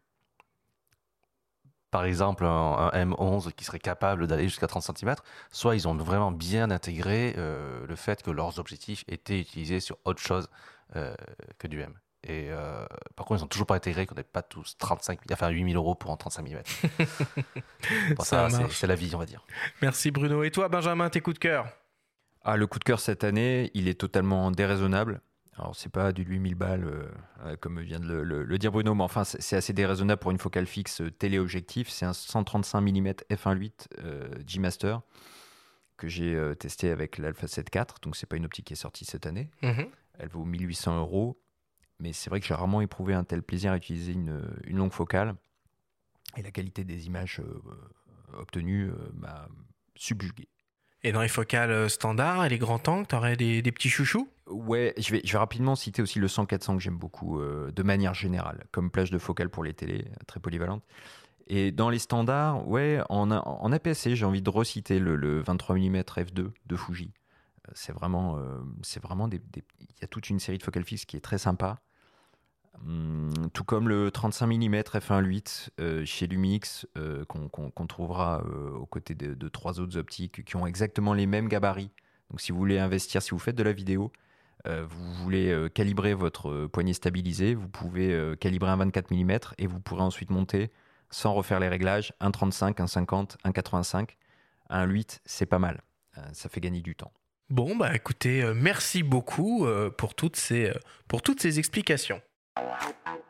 par exemple un M11 qui serait capable d'aller jusqu'à 30 cm, soit ils ont vraiment bien intégré le fait que leurs objectifs étaient utilisés sur autre chose que du M. Et par contre, ils n'ont toujours pas intégré qu'on n'ait pas tous 8 000 € pour un 35 mm. Bon, ça c'est la vie, on va dire. Merci Bruno. Et toi, Benjamin, tes coups de cœur ? Le coup de cœur cette année, il est totalement déraisonnable. Alors, c'est pas du 8000 balles, comme vient de le dire Bruno, mais enfin, c'est assez déraisonnable pour une focale fixe téléobjectif. C'est un 135 mm f1.8 G-Master que j'ai testé avec l'Alpha 7 IV. Donc, c'est pas une optique qui est sortie cette année. Mm-hmm. Elle vaut 1 800 €. Mais c'est vrai que j'ai rarement éprouvé un tel plaisir à utiliser une longue focale. Et la qualité des images obtenues m'a subjugué. Et dans les focales standards et les grands angles, tu aurais des petits chouchous ? Ouais, je vais rapidement citer aussi le 100-400 que j'aime beaucoup, de manière générale, comme plage de focale pour les télés, très polyvalente. Et dans les standards, ouais, en APS-C, j'ai envie de reciter le 23 mm f2 de Fuji. C'est vraiment il y a toute une série de focales fixes qui est très sympa. Tout comme le 35 mm f1.8 chez Lumix qu'on trouvera aux côtés de 3 autres optiques qui ont exactement les mêmes gabarits. Donc si vous voulez investir, si vous faites de la vidéo, vous voulez calibrer votre poignet stabilisé, vous pouvez calibrer un 24 mm et vous pourrez ensuite monter sans refaire les réglages, un 35, un 50, un 85, un 8, c'est pas mal. Ça fait gagner du temps. Bon, écoutez, merci beaucoup pour toutes ces explications.